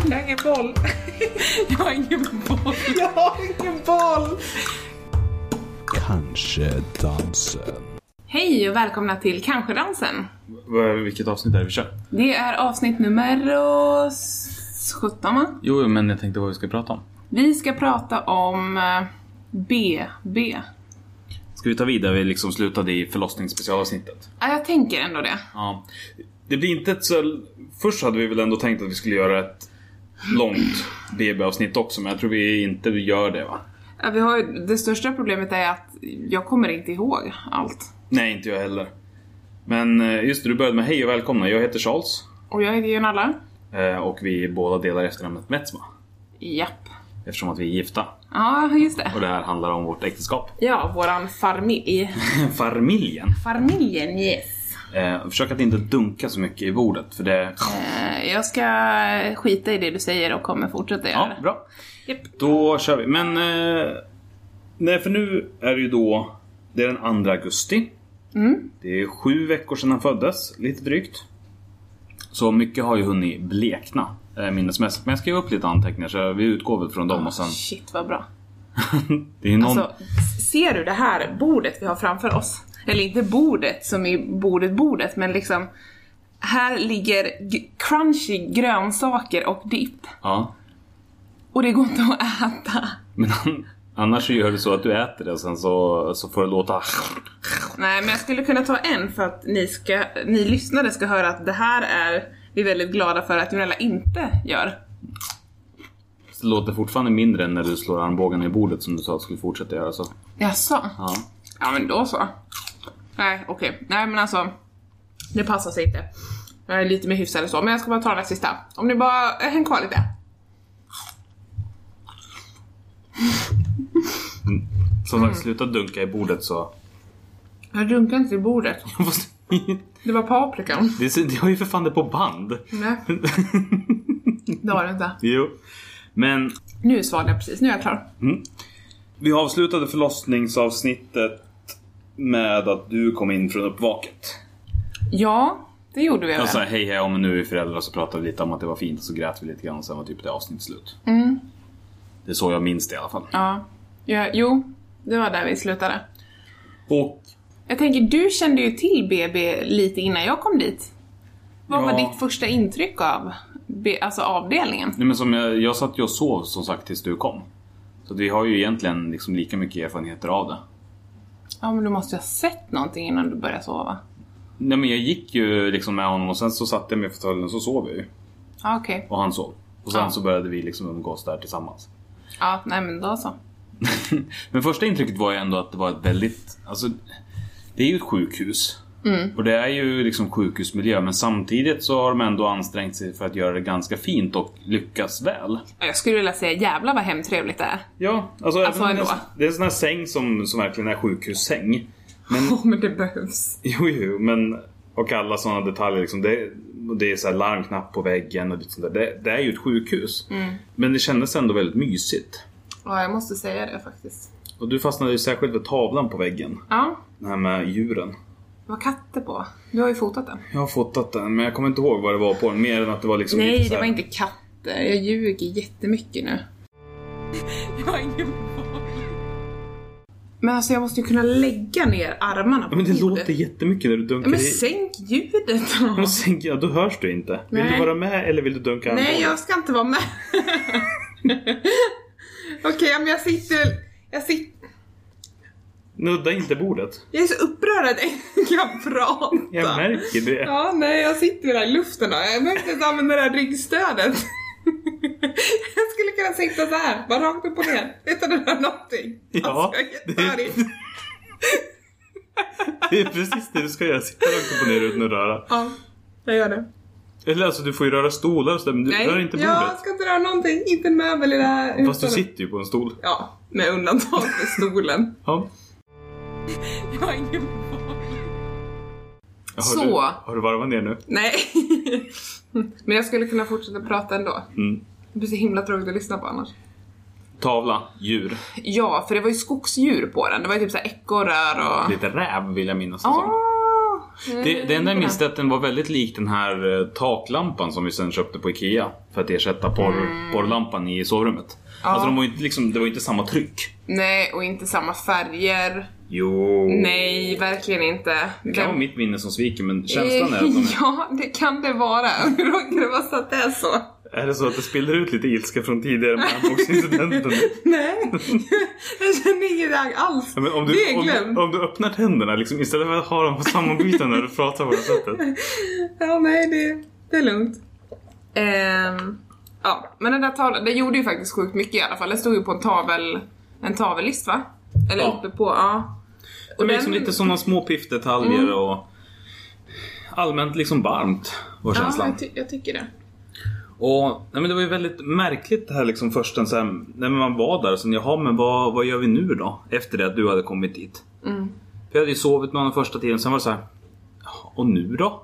Jag har ingen boll. Jag har ingen boll. Jag har ingen boll. Kanske dansen. Hej och välkomna till Kanske dansen. Vilket avsnitt är det vi kör? Det är avsnitt nummer 17, va? Jo, men jag tänkte vad vi ska prata om. Vi ska prata om BB. Ska vi ta vidare? Vi liksom slutade i förlossningsspecialavsnittet. Ja, jag tänker ändå det. Ja. Det blir inte ett så... Först hade vi väl ändå tänkt att vi skulle göra ett långt BB-avsnitt också, men jag tror vi inte gör det, va? Ja, vi har ju, det största problemet är att jag kommer inte ihåg allt. Nej, inte jag heller. Men just det, du började med hej och välkomna. Jag heter Charles. Och jag heter Jonalla. Och vi båda delar efternamnet Metsma. Japp. Eftersom att vi är gifta. Ja, just det. Och det här handlar om vårt äktenskap. Ja, våran familj. Familjen. Familjen, yes. Försök att inte dunka så mycket i bordet, för det... Jag ska skita i det du säger och kommer fortsätta göra Ja, det. bra. Japp. Då kör vi. Men nej, för nu är det ju då, det är den 2 augusti. Det är 7 veckor sedan han föddes, lite drygt. Så mycket har ju hunnit blekna minnesmässigt. Men jag skrev upp lite anteckningar, så vi utgår väl från dem och sen... Shit, vad bra. Det är någon... Alltså, ser du det här bordet vi har framför oss? Eller inte bordet som i bordet, men liksom här ligger crunchy grönsaker och dipp. Ja. Och det går inte att äta. Men annars gör det så att du äter det och sen så får det låta... Nej, men jag skulle kunna ta en för att ni lyssnare ska höra att det här är vi väldigt glada för att Jonella inte gör. Det låter fortfarande mindre än när du slår armbågen i bordet som du sa att du skulle fortsätta göra så. Jaså? Ja. Ja, men då så. Nej, okej. Nej, men alltså, det passar sig inte. Jag är lite mer hyfsad eller så, men jag ska bara ta den sista. Om ni bara häng kvar lite. Som sagt, sluta dunka i bordet så... Jag dunkar inte i bordet. Det var paprikan. Det har ju för fan det på band. Nej. Det var det inte. Jo. Men... Nu svarade jag precis, nu är jag klar. Vi avslutade förlossningsavsnittet med att du kom in från uppvaket. Ja, det gjorde vi väl. Jag sa hej, om nu är vi föräldrar, så pratade vi lite om att det var fint och så grät vi lite grann och sen var typ det avsnitt slut. Det är så jag minns det i alla fall. Ja, jo, det var där vi slutade. Och... Jag tänker, du kände ju till BB lite innan jag kom dit. Vad var ditt första intryck av alltså avdelningen? Nej, men som jag satt ju och sov som sagt tills du kom. Så vi har ju egentligen liksom lika mycket erfarenheter av det. Ja, men du måste ju ha sett någonting innan du började sova. Nej, men jag gick ju liksom med honom och sen så satte jag mig i fåtöljen och så sov jag ju. Ja, okej. Och han sov. Och sen så började vi liksom umgås där tillsammans. Ja, nej men då så. Men första intrycket var ju ändå att det var ett väldigt... Alltså, det är ju ett sjukhus. Och det är ju liksom sjukhusmiljö. Men samtidigt så har de ändå ansträngt sig för att göra det ganska fint och lyckas väl. Jag skulle vilja säga jävla vad hemtrevligt det är. Ja, alltså ändå. Det är en sån här säng som verkligen är sjukhussäng. Men, Men det behövs. Jo, men... Och alla sådana detaljer liksom, det är så här larmknapp på väggen och sånt där. Det är ju ett sjukhus. Men det kändes ändå väldigt mysigt. Ja, jag måste säga det faktiskt. Och du fastnade ju särskilt vid tavlan på väggen. Ja. Den här med djuren. Det var katter på. Du har ju fotat den. Jag har fotat den, men jag kommer inte ihåg vad det var på den. Mer än att det var liksom... Nej, lite så det här... var inte katter. Jag ljuger jättemycket nu. Jag har ingen boll. Men alltså jag måste ju kunna lägga ner armarna på Men det bordet. låter jättemycket när du dunkar Men i... sänk ljudet då. Men sänk, ja, då hörs du inte. Vill Nej. du vara med eller vill du dunka Nej, armbågen? jag ska inte vara med. Okej, men jag sitter... Nudda inte bordet. Jag är så upprörd att jag kan prata. Jag märker det. Ja, nej, jag sitter där i luften då. Jag märker att jag använder det här ryggstödet. Jag skulle kunna sitta så här, bara rakt upp och ner. Utan att göra någonting. Ja, alltså, jag är jättearg. Det är precis det du ska göra. Sitta rakt upp och ner utan att röra. Ja, jag gör det. Eller alltså, du får ju röra stolar och så där, men du rör inte bordet. jag ska inte röra någonting. Inte en möbel i det här. Fast du sitter ju på en stol. Ja, med undantag för stolen. Ja. Jag har ingen boll. Har du varvat ner nu? Nej. Men jag skulle kunna fortsätta prata ändå. Det blir så himla tråkigt att lyssna på annars. Tavla, djur. Ja, för det var ju skogsdjur på den. Det var ju typ så här ekorrar och... Lite räv vill jag minnas. Det enda jag minns är att den var väldigt lik den här taklampan som vi sen köpte på Ikea för att ersätta porrlampan i sovrummet. Ja. Alltså det var inte samma tryck. Nej, och inte samma färger. Jo. Nej, verkligen inte. Det kan vara mitt minne som sviker, men känslan är att de... Ja, det kan det vara. Hur råkar det vara så att det är så? Är det så att det spiller ut lite ilska från tidigare bandboxincidenten? Nej, jag känner inget alls. Ja, men om du öppnar tänderna liksom, istället för att ha dem sammanbyten när du pratar på det sättet. Ja, nej, det är lugnt. Ja, men den där tavlan, det gjorde ju faktiskt sjukt mycket i alla fall. Det stod ju på en tavellist, va? Eller uppe på, ja. Och det var liksom lite sådana små piffdetaljer och allmänt liksom varmt var känslan. Ja, jag tycker det. Och nej, men det var ju väldigt märkligt det här liksom först så här, när man var där och sen, jaha, men vad gör vi nu då? Efter det att du hade kommit dit. För jag hade ju sovit med den första tiden, sen var det så här, och nu då?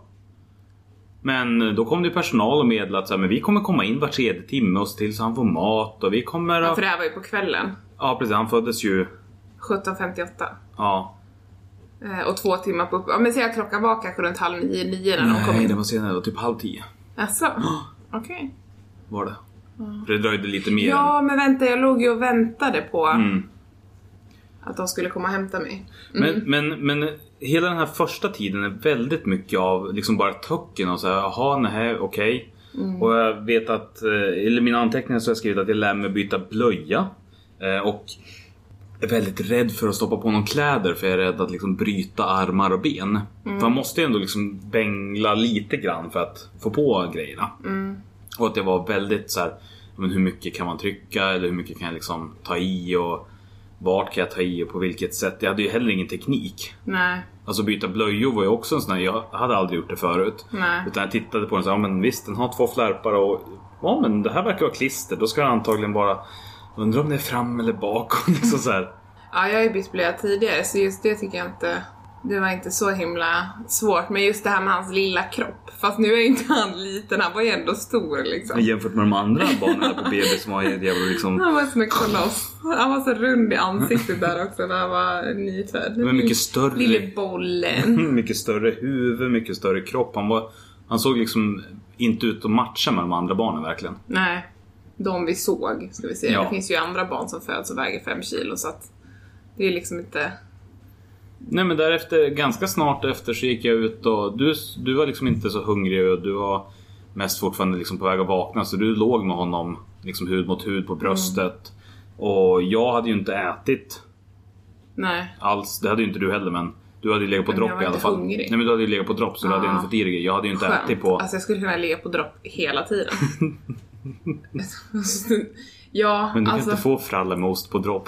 Men då kom det ju personal och meddelade att så här, men vi kommer komma in var 3:e timme och se till så han får mat och vi kommer... Ja, för det här var ju på kvällen. Ja, precis, han föddes ju 17:58. Ja. Och 2 timmar på upp. Ja, men så jag klockan var kanske runt 8:30 när de kom in. Nej, det var senare, det var typ 9:30. Asså? Okej. Var det? För det dröjde lite mer. Ja, men vänta, jag låg ju och väntade på att de skulle komma och hämta mig. Men hela den här första tiden är väldigt mycket av liksom bara töcken och så här, jaha, nej, okej. Och jag vet att i mina anteckningar så har jag skrivit att jag lär mig byta blöja och är väldigt rädd för att stoppa på någon kläder, för jag är rädd att liksom bryta armar och ben. För man måste ju ändå liksom bängla lite grann för att få på grejerna. Och att det var väldigt så här, men hur mycket kan man trycka eller hur mycket kan jag liksom ta i och vart kan jag ta i och på vilket sätt. Jag hade ju heller ingen teknik. Nej. Alltså byta blöjor var ju också en sån här, jag hade aldrig gjort det förut. Nej. Utan jag tittade på den och sa, ja men visst, den har 2 flärpar och ja men det här verkar vara klister. Då ska den antagligen bara, undra om det är fram eller bak och liksom så här. Ja, jag har ju bytt blöja tidigare, så just det tycker jag inte, det var inte så himla svårt. Men just det här med hans lilla kropp, fast nu är inte han liten, han var ju ändå stor liksom. Jämfört med de andra barnen på BB som var jävla liksom... Han var som en koloss. Han var så rund i ansiktet där också när han var nyfödd. Men mycket större. Lille bollen. Mycket större huvud, mycket större kropp. Han såg liksom inte ut att matcha med de andra barnen verkligen. Nej, de vi såg, ska vi säga. Ja. Det finns ju andra barn som föds och väger 5 kilo, så att det är liksom inte... Nej, men därefter, ganska snart efter så gick jag ut och du var liksom inte så hungrig och du var mest fortfarande liksom på väg att vakna, så du låg med honom liksom hud mot hud på bröstet. Och jag hade ju inte ätit. Nej. Alls, det hade ju inte du heller, men du hade ju legat på dropp i alla fall. Hungrig. Nej, men du hade ju legat på dropp, så du hade ju fått i dig. Jag hade ju inte ätit på... Alltså jag skulle kunna ligga på dropp hela tiden. Ja, men du kan alltså... inte få fralla med ost på dropp.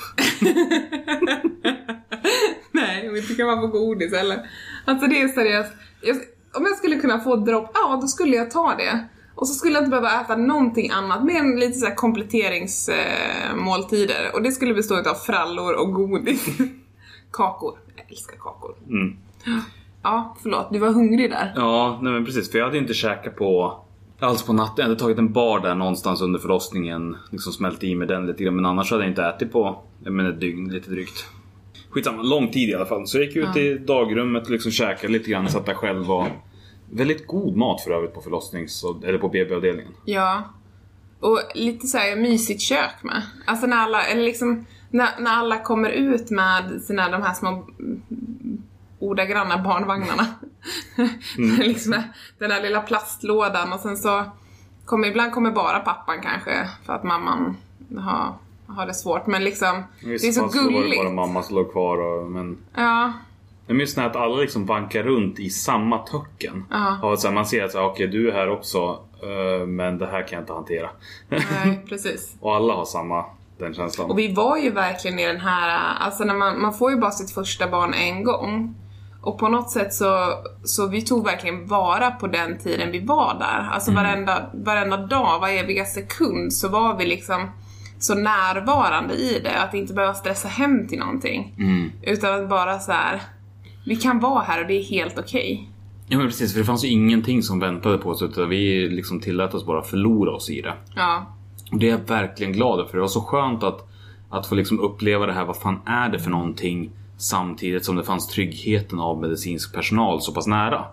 Nej, om inte kan man få godis eller. Alltså det är seriöst. Om jag skulle kunna få dropp, ja då skulle jag ta det. Och så skulle jag inte behöva äta någonting annat, med en lite så här kompleteringsmåltider. Och det skulle bestå av frallor och godis. Kakor, jag älskar kakor. Ja, förlåt, du var hungrig där. Ja, nej men precis, för jag hade inte käkat på alls på natten. Jag hade tagit en bar där någonstans under förlossningen, liksom smält i med den lite grann. Men annars hade jag inte ätit på ett dygn, lite drygt. Skitsamma, lång tid i alla fall. Så jag gick ut i dagrummet och liksom käkade lite grann, satt där själv. Och väldigt god mat för övrigt på eller på BB-avdelningen. Ja, och lite så här mysigt kök med. Alltså när alla, eller liksom när alla kommer ut med sina, de här små ordagranna barnvagnarna. Liksom den där lilla plastlådan, och sen så ibland kommer bara pappan kanske för att mamman har det svårt, men liksom visst, det är så gulligt. Var det bara mamma som låg kvar men ja. Jag minns att alla liksom bankar runt i samma töcken. Och så här, man ser att okej, du är här också, men det här kan jag inte hantera. Nej, precis. Och alla har den känslan. Och vi var ju verkligen i den här, alltså när man får ju bara sitt första barn en gång. Och på något sätt så vi tog verkligen vara på den tiden vi var där. Alltså varenda dag, varje eviga sekund så var vi liksom så närvarande i det. Att inte behöva stressa hem till någonting. Utan att bara så här, vi kan vara här och det är helt okej. Ja men precis, för det fanns ju ingenting som väntade på oss, utan vi liksom tillät oss bara förlora oss i det. Ja. Och det är jag verkligen glad för. Det var så skönt att få liksom uppleva det här, vad fan är det för någonting samtidigt som det fanns tryggheten av medicinsk personal så pass nära.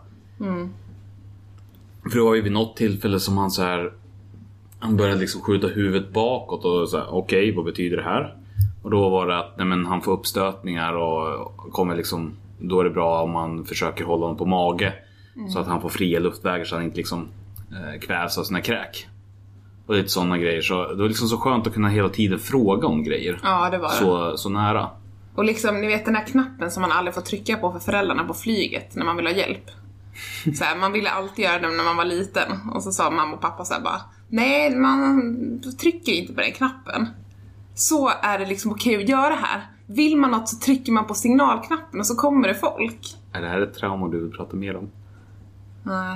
För det var ju vid något tillfälle som han så här, han började liksom skjuta huvudet bakåt och så här, okej, vad betyder det här? Och då var det att nej, men han får uppstötningar och kommer liksom, då är det bra om man försöker hålla honom på mage så att han får fria luftvägar så att han inte liksom kvävs av sina kräk. Och lite sådana grejer. Så det var liksom så skönt att kunna hela tiden fråga om grejer. Ja, det var det. Så nära. Och liksom, ni vet den här knappen som man aldrig får trycka på för föräldrarna på flyget när man vill ha hjälp. Så här, man ville alltid göra det när man var liten. Och så sa mamma och pappa så här bara, nej, man trycker inte på den knappen. Så är det liksom okej att göra här. Vill man något så trycker man på signalknappen och så kommer det folk. Är det här ett trauma du vill prata mer om? Nej.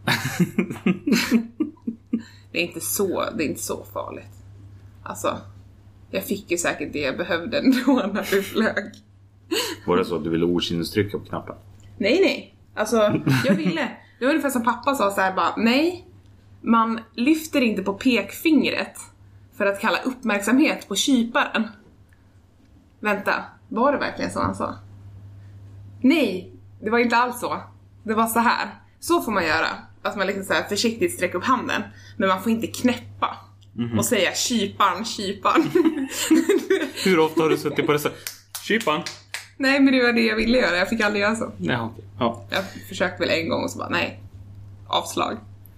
Det är inte så farligt. Alltså, jag fick ju säkert det jag behövde ändå när vi flög. Var det så att du ville okynnestrycka på knappen? Nej. Alltså, jag ville. Det var ungefär som pappa sa så här bara, nej, man lyfter inte på pekfingret för att kalla uppmärksamhet på kyparen. Vänta, var det verkligen så han sa? Nej, det var inte alls så. Det var så här. Så får man göra. Att man liksom så här försiktigt sträcker upp handen. Men man får inte knäppa. Och säga kyparen. Hur ofta har du suttit på det så? Kyparen? Nej, men det var det jag ville göra. Jag fick aldrig göra så. Ja, okej. Ja. Jag försökte väl en gång och så bara, nej. Avslag.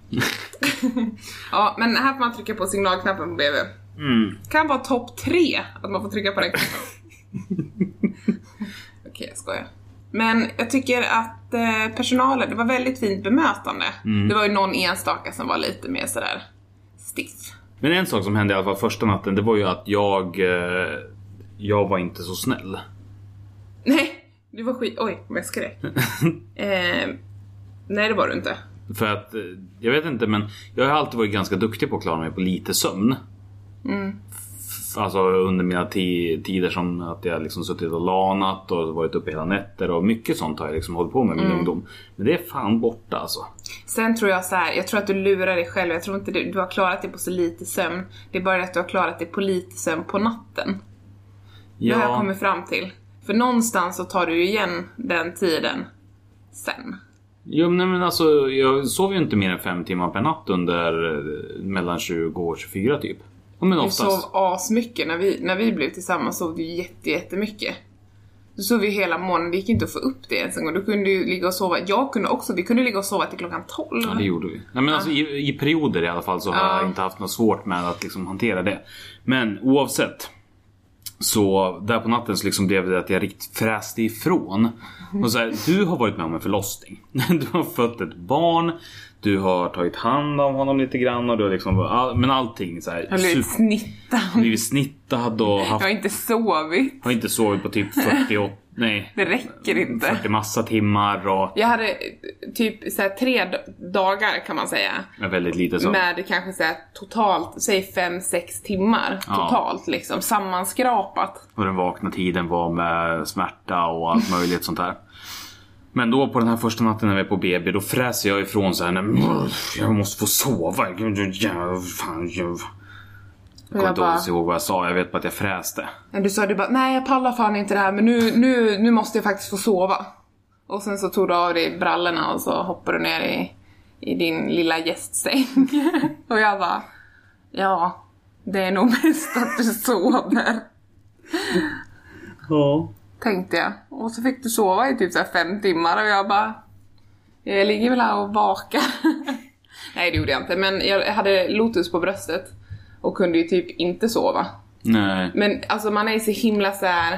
Ja, men här får man trycka på signalknappen på BB. Kan vara topp 3 att man får trycka på den knappen. Okej, jag skojar. Men jag tycker att personalen, det var väldigt fint bemötande. Det var ju någon enstaka som var lite mer sådär stiff. Men en sak som hände i alla fall första natten, det var ju att jag var inte så snäll. Nej, du var skit... Oj, vad jag skrek. Nej, det var du inte. För att, jag vet inte, men jag har alltid varit ganska duktig på att klara mig på lite sömn. Alltså under mina tider som att jag liksom suttit och lanat och varit uppe hela nätter och mycket sånt har jag liksom hållit på med min ungdom. Men det är fan borta alltså. Sen tror jag så här, jag tror att du lurar dig själv. Jag tror inte du har klarat det på så lite sömn. Det är bara att du har klarat det på lite sömn på natten. Det har jag kommit fram till. För någonstans så tar du igen den tiden sen. Jo, men alltså jag sov ju inte mer än 5 timmar per natt under mellan 20 och 24 typ. Men oftast... Du sov asmycket när vi blev tillsammans, sov du jättemycket. Du sov ju hela morgonen, det gick inte att få upp det ens en gång. Du kunde ju ligga och sova, vi kunde ligga och sova till klockan 12. Ja, det gjorde vi. Nej, men alltså i perioder i alla fall så har jag inte haft något svårt med att liksom hantera det. Men oavsett, så där på natten så liksom blev det att jag riktigt fräste ifrån. Och så här, du har varit med om en förlossning. Du har fött ett barn. Du har tagit hand om honom lite grann. Och du har liksom, men allting så här. Jag har blivit snittad och haft, jag har inte sovit. Har inte sovit på typ 48. Nej. Det räcker inte. 40 massa timmar och... Jag hade typ så här 3 dagar kan man säga. Ja, väldigt lite så. Med kanske så här totalt, säg 5-6 timmar totalt liksom, sammanskrapat. Och den vakna tiden var med smärta och allt möjligt sånt här. Men då på den här första natten när vi är på BB, då fräser jag ifrån så här, jag måste få sova. Jag kommer inte ihåg vad jag sa, jag vet bara att jag fräste. Du sa bara, nej jag pallar fan inte det här, men nu måste jag faktiskt få sova. Och sen så tog du av dig brallorna och så hoppade du ner i din lilla gästsäng. Och jag bara, ja, det är nog bäst att du sover. Ja. Tänkte jag. Och så fick du sova i typ så här 5 timmar och jag bara, jag ligger väl här och vakar. Nej, det gjorde jag inte, men jag hade Lotus på bröstet och kunde ju typ inte sova. Nej. Men alltså man är så himla så här.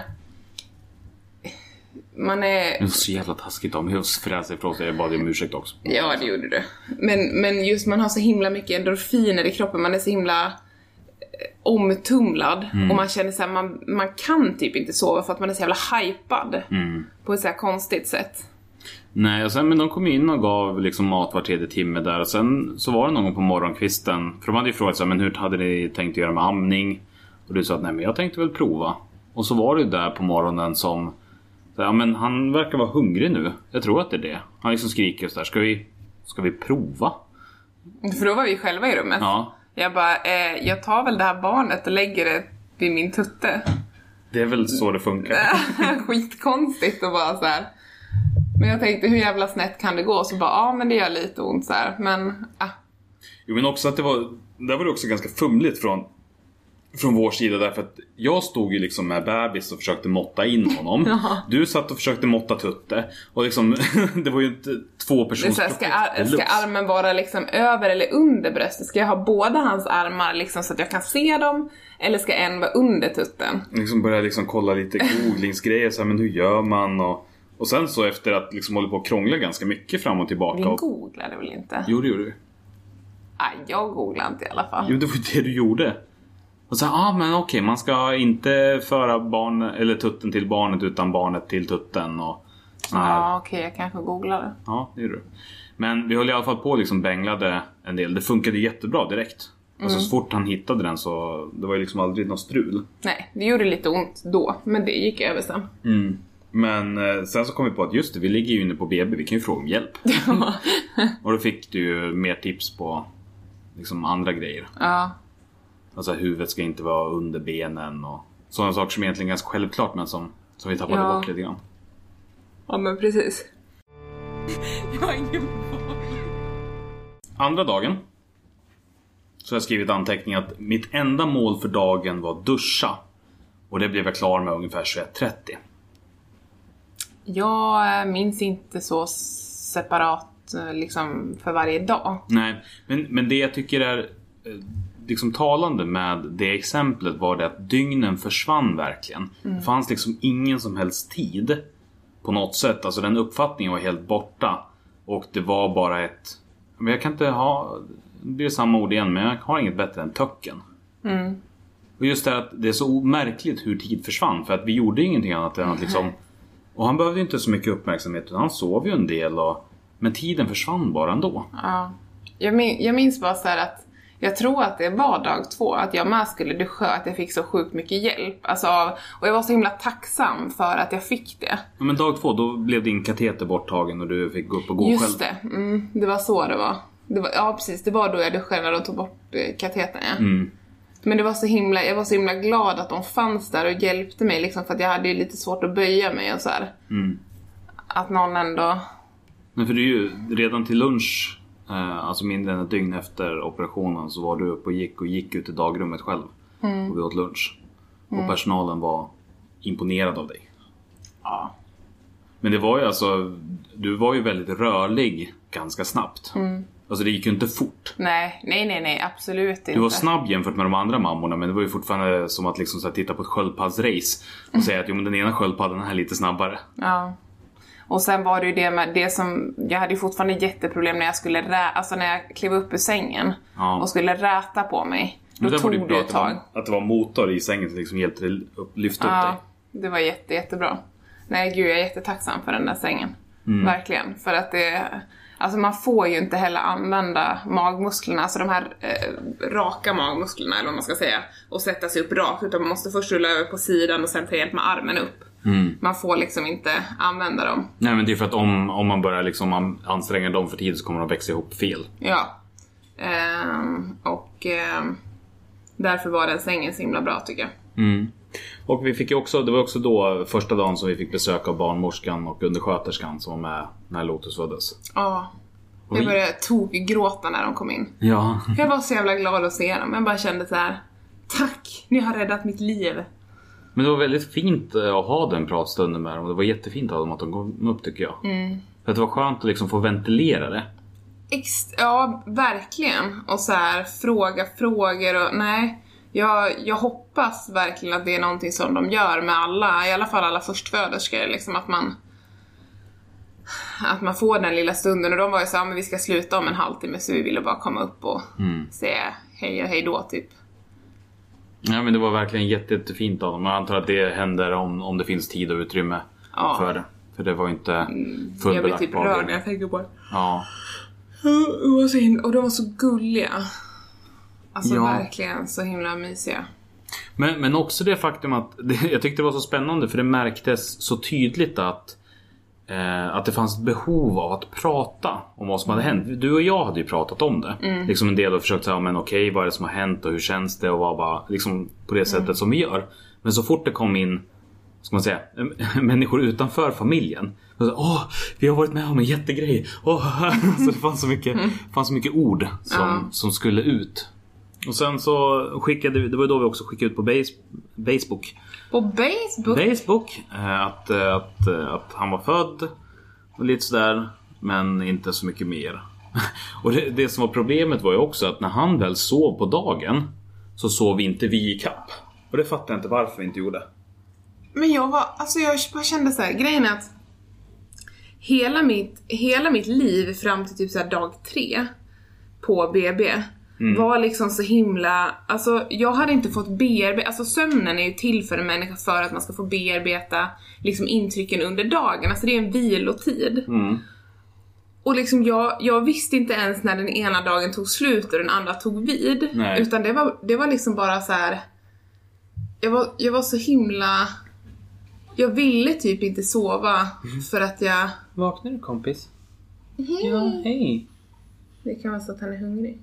Man är... Det var så jävla taskigt om jag fräser ifrån sig. Jag bad om ursäkt också. Ja, det gjorde du. Men just man har så himla mycket endorfiner i kroppen. Man är så himla omtumlad. Och man känner så här, man kan typ inte sova för att man är så jävla hypad. På ett så här konstigt sätt. Nej, och sen, men de kom in och gav liksom mat var 3:e timme där. Och sen så var det någon gång på morgonkvisten. För de hade ju frågat så här, men hur hade ni tänkt göra med amning? Och du sa att nej, men jag tänkte väl prova. Och så var det ju där på morgonen som, ja men han verkar vara hungrig nu. Jag tror att det är det. Han liksom skriker så där, ska vi prova? För då var vi själva i rummet. Ja. Jag bara, jag tar väl det här barnet och lägger det vid min tutte. Det är väl så det funkar. Skitkonstigt och bara så här. Men jag tänkte, hur jävla snett kan det gå? Så bara, ja men det gör lite ont så här. Men, Jo, men också att där var det också ganska fumligt från vår sida, därför att jag stod ju liksom med bebis och försökte måtta in honom. Ja. Du satt och försökte måtta Tutte. Och liksom, det var ju inte två personer. Ska armen vara liksom över eller under bröstet? Ska jag ha båda hans armar liksom så att jag kan se dem? Eller ska en vara under tutten? Liksom börja liksom kolla lite googlingsgrejer, så här, men hur gör man? Och sen så efter att liksom hålla på att krångla ganska mycket fram och tillbaka. Vi googlade väl inte? Jo, det gjorde du. Nej, jag googlade inte i alla fall. Jo, det var det du gjorde. Och så, men okej, man ska inte föra barn eller tutten till barnet utan barnet till tutten och ja, okej, jag kanske googlade. Ja, det gjorde du. Men vi höll i alla fall på liksom bänglade en del. Det funkade jättebra direkt. Alltså så fort han hittade den så det var ju liksom aldrig något strul. Nej, det gjorde lite ont då, men det gick över sen. Men sen så kom vi på att just det, vi ligger ju inne på BB, vi kan ju fråga om hjälp. Och då fick du ju mer tips på liksom andra grejer. Ja. Alltså huvudet ska inte vara under benen och sådana saker som egentligen är ganska självklart, men som vi tappade bort lite grann. Ja, men precis. Jag har ingen val. Andra dagen så har jag skrivit anteckning att mitt enda mål för dagen var duscha. Och det blev jag klar med ungefär 21:30. Jag minns inte så separat liksom för varje dag. Nej, men det jag tycker är liksom talande med det exemplet var det att dygnen försvann verkligen. Det fanns liksom ingen som helst tid på något sätt. Alltså den uppfattningen var helt borta. Och det var bara men jag kan inte ha, det blir samma ord igen, men jag har inget bättre än töcken. Och just det att det är så märkligt hur tid försvann. För att vi gjorde ingenting annat än att liksom, och han behövde inte så mycket uppmärksamhet, utan han sov ju en del men tiden försvann bara ändå. Ja. Jag minns bara så här att jag tror att det var dag 2 att jag med skulle duscha, att jag fick så sjukt mycket hjälp. Alltså, och jag var så himla tacksam för att jag fick det. Ja, men dag 2 då blev din kateter borttagen och du fick gå upp och gå just själv. Just det, det var så det var. Ja precis, det var då jag duschade när de tog bort katetern. Ja. Men jag var så himla glad att de fanns där och hjälpte mig liksom, för att jag hade ju lite svårt att böja mig och så här. Att någon ändå... Men för det är ju redan till lunch, alltså mindre än ett dygn efter operationen, så var du uppe och gick ut i dagrummet själv. Och vi åt lunch. Och personalen var imponerad av dig. Ja. Men det var ju alltså, du var ju väldigt rörlig ganska snabbt. Alltså det gick ju inte fort. Nej, absolut inte. Du var snabb jämfört med de andra mammorna, men det var ju fortfarande som att liksom så här, titta på ett sköldpaddsrace och säga att jo, men den ena sköldpadden är lite snabbare. Ja. Och sen var det ju det med det som, jag hade ju fortfarande jätteproblem när jag skulle när jag klev upp ur sängen och skulle räta på mig. Då tog det ett tag. Att det var motor i sängen som liksom hjälpte dig lyfta upp dig. Ja, det var jättebra. Nej gud, jag är jättetacksam för den där sängen. Verkligen, för att alltså man får ju inte heller använda magmusklerna, alltså de här raka magmusklerna eller vad man ska säga, och sätta sig upp rakt, utan man måste först rulla över på sidan och sen ta hjälp med armen upp. Man får liksom inte använda dem. Nej, men det är för att om man börjar liksom anstränga dem för tid så kommer de växa ihop fel. Ja. Därför var den sängen så himla bra tycker jag. Och vi fick ju också, det var också då första dagen som vi fick besök av barnmorskan och undersköterskan som var med när Lotus föddes. Ja. Jag började gråta när de kom in. Ja. Jag var så jävla glad att se dem. Jag bara kände så här: tack, ni har räddat mitt liv. Men det var väldigt fint att ha den pratstunden med dem. Det var jättefint av dem att de kom upp tycker jag. För att det var skönt att liksom få ventilera det. Ja, verkligen. Och så här, fråga frågor och nej. Jag hoppas verkligen att det är någonting som de gör med alla, i alla fall alla förstföderskor, liksom att man får den lilla stunden. Och de var ju så här, men vi ska sluta om en halvtimme, så vi ville bara komma upp och säga hej och hej då typ. Ja, men det var verkligen jättefint av dem. Jag antar att det händer om det finns tid och utrymme för det. För det var ju inte fullbelagt. Jag blir typ rörd när jag tänker på det. Ja. Och de var så gulliga. Alltså verkligen så himla mysiga. Men också det faktum att jag tyckte det var så spännande, för det märktes så tydligt att att det fanns ett behov av att prata om vad som hade hänt. Du och jag hade ju pratat om det. Liksom en del och försökt säga, men okej, vad är det som har hänt och hur känns det och vad bara, liksom på det sättet som vi gör. Men så fort det kom in, ska man säga, människor utanför familjen, vi har varit med om en jättegrej. Så det fanns så mycket ord som skulle ut. Och sen så skickade vi, det var då vi också skickade ut på Facebook. På Facebook? Att han var född och lite sådär, men inte så mycket mer. Och det som var problemet var ju också att när han väl sov på dagen så sov inte vi i kapp. Och det fattar jag inte varför vi inte gjorde. Men jag bara kände så här, grejen är att hela mitt liv fram till typ så här dag 3 på BB var liksom så himla, alltså jag hade inte fått bearbeta, alltså sömnen är ju till för en människa för att man ska få bearbeta liksom intrycken under dagen, alltså det är en vilotid. Och liksom jag visste inte ens när den ena dagen tog slut och den andra tog vid. Nej. Utan det var liksom bara så här. Jag var så himla, jag ville typ inte sova för att jag... Vaknar du, kompis? Hej. Ja, hej. Det kan vara så att han är hungrig.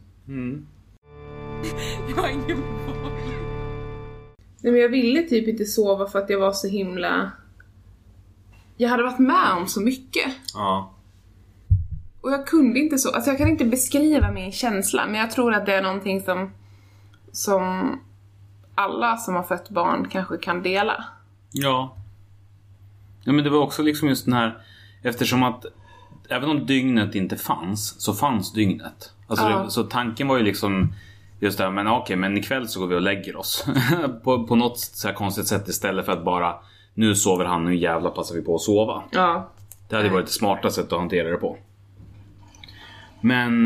Jag har ingen boll. Nej, men jag ville typ inte sova för att jag var så himla... Jag hade varit med om så mycket. Ja. Och jag kunde inte så... Alltså jag kan inte beskriva min känsla. Men jag tror att det är någonting som alla som har fött barn kanske kan dela. Ja. Ja, men det var också liksom just den här... Eftersom att även om dygnet inte fanns, så fanns dygnet. Alltså så tanken var ju liksom just det här, men okej, men ikväll så går vi och lägger oss. på något så här konstigt sätt, istället för att bara, nu sover han, nu jävla passar vi på att sova. Ja. Det hade varit ett smarta sätt att hantera det på. Men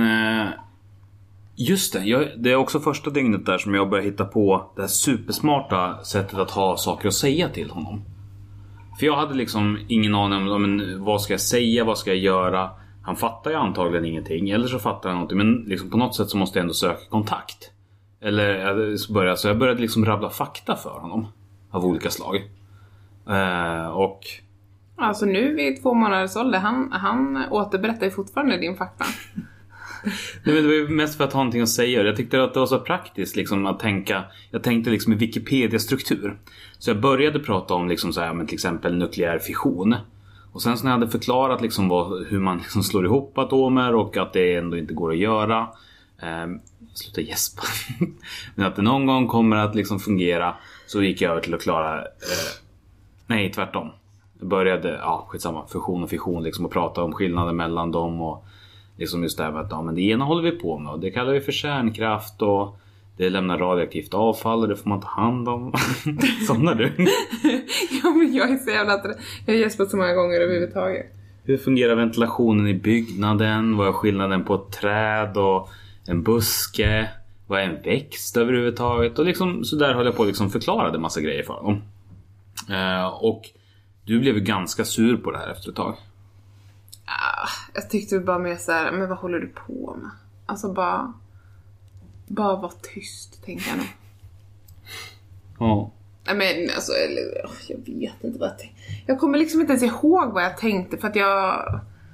just det är också första dygnet där som jag började hitta på det här supersmarta sättet att ha saker att säga till honom. För jag hade liksom ingen aning om vad ska jag säga, vad ska jag göra. Han fattar ju antagligen ingenting, eller så fattar han någonting, men liksom på något sätt så måste jag ändå söka kontakt. Så jag började liksom rabbla fakta för honom av olika slag. Och alltså nu vid 2 månaders ålder, han återberättar ju fortfarande din fakta. Nej, men det var ju mest för att ha någonting att säga. Jag tyckte att det var så praktiskt liksom, att tänka. Jag tänkte liksom i Wikipedia-struktur. Så jag började prata om liksom så här, men till exempel nukleär fission. Och sen så när jag hade förklarat liksom hur man liksom slår ihop atomer och att det ändå inte går att göra. Sluta gäspa. Men att det någon gång kommer att liksom fungera, så gick jag över till att klara... nej, tvärtom. Jag började, skitsamma, fusion och fission liksom, och prata om skillnaden mellan dem och liksom just det här med att men det ena håller vi på med och det kallar vi för kärnkraft och det lämnar radioaktivt avfall och det får man ta hand om. Sådana du. Ja, men jag är så jävla... Jag har gäspat så många gånger överhuvudtaget. Hur fungerar ventilationen i byggnaden? Vad är skillnaden på ett träd och en buske? Vad är en växt överhuvudtaget? Och liksom, så där höll jag på att liksom förklarade massa grejer för dem. Och du blev ganska sur på det här efter ett tag. Jag tyckte bara mer så här, men vad håller du på med? Alltså bara var tyst, tänkte jag nog. Ja. Men alltså, jag vet inte vad jag tänkte. Jag kommer liksom inte ens ihåg vad jag tänkte, för att jag...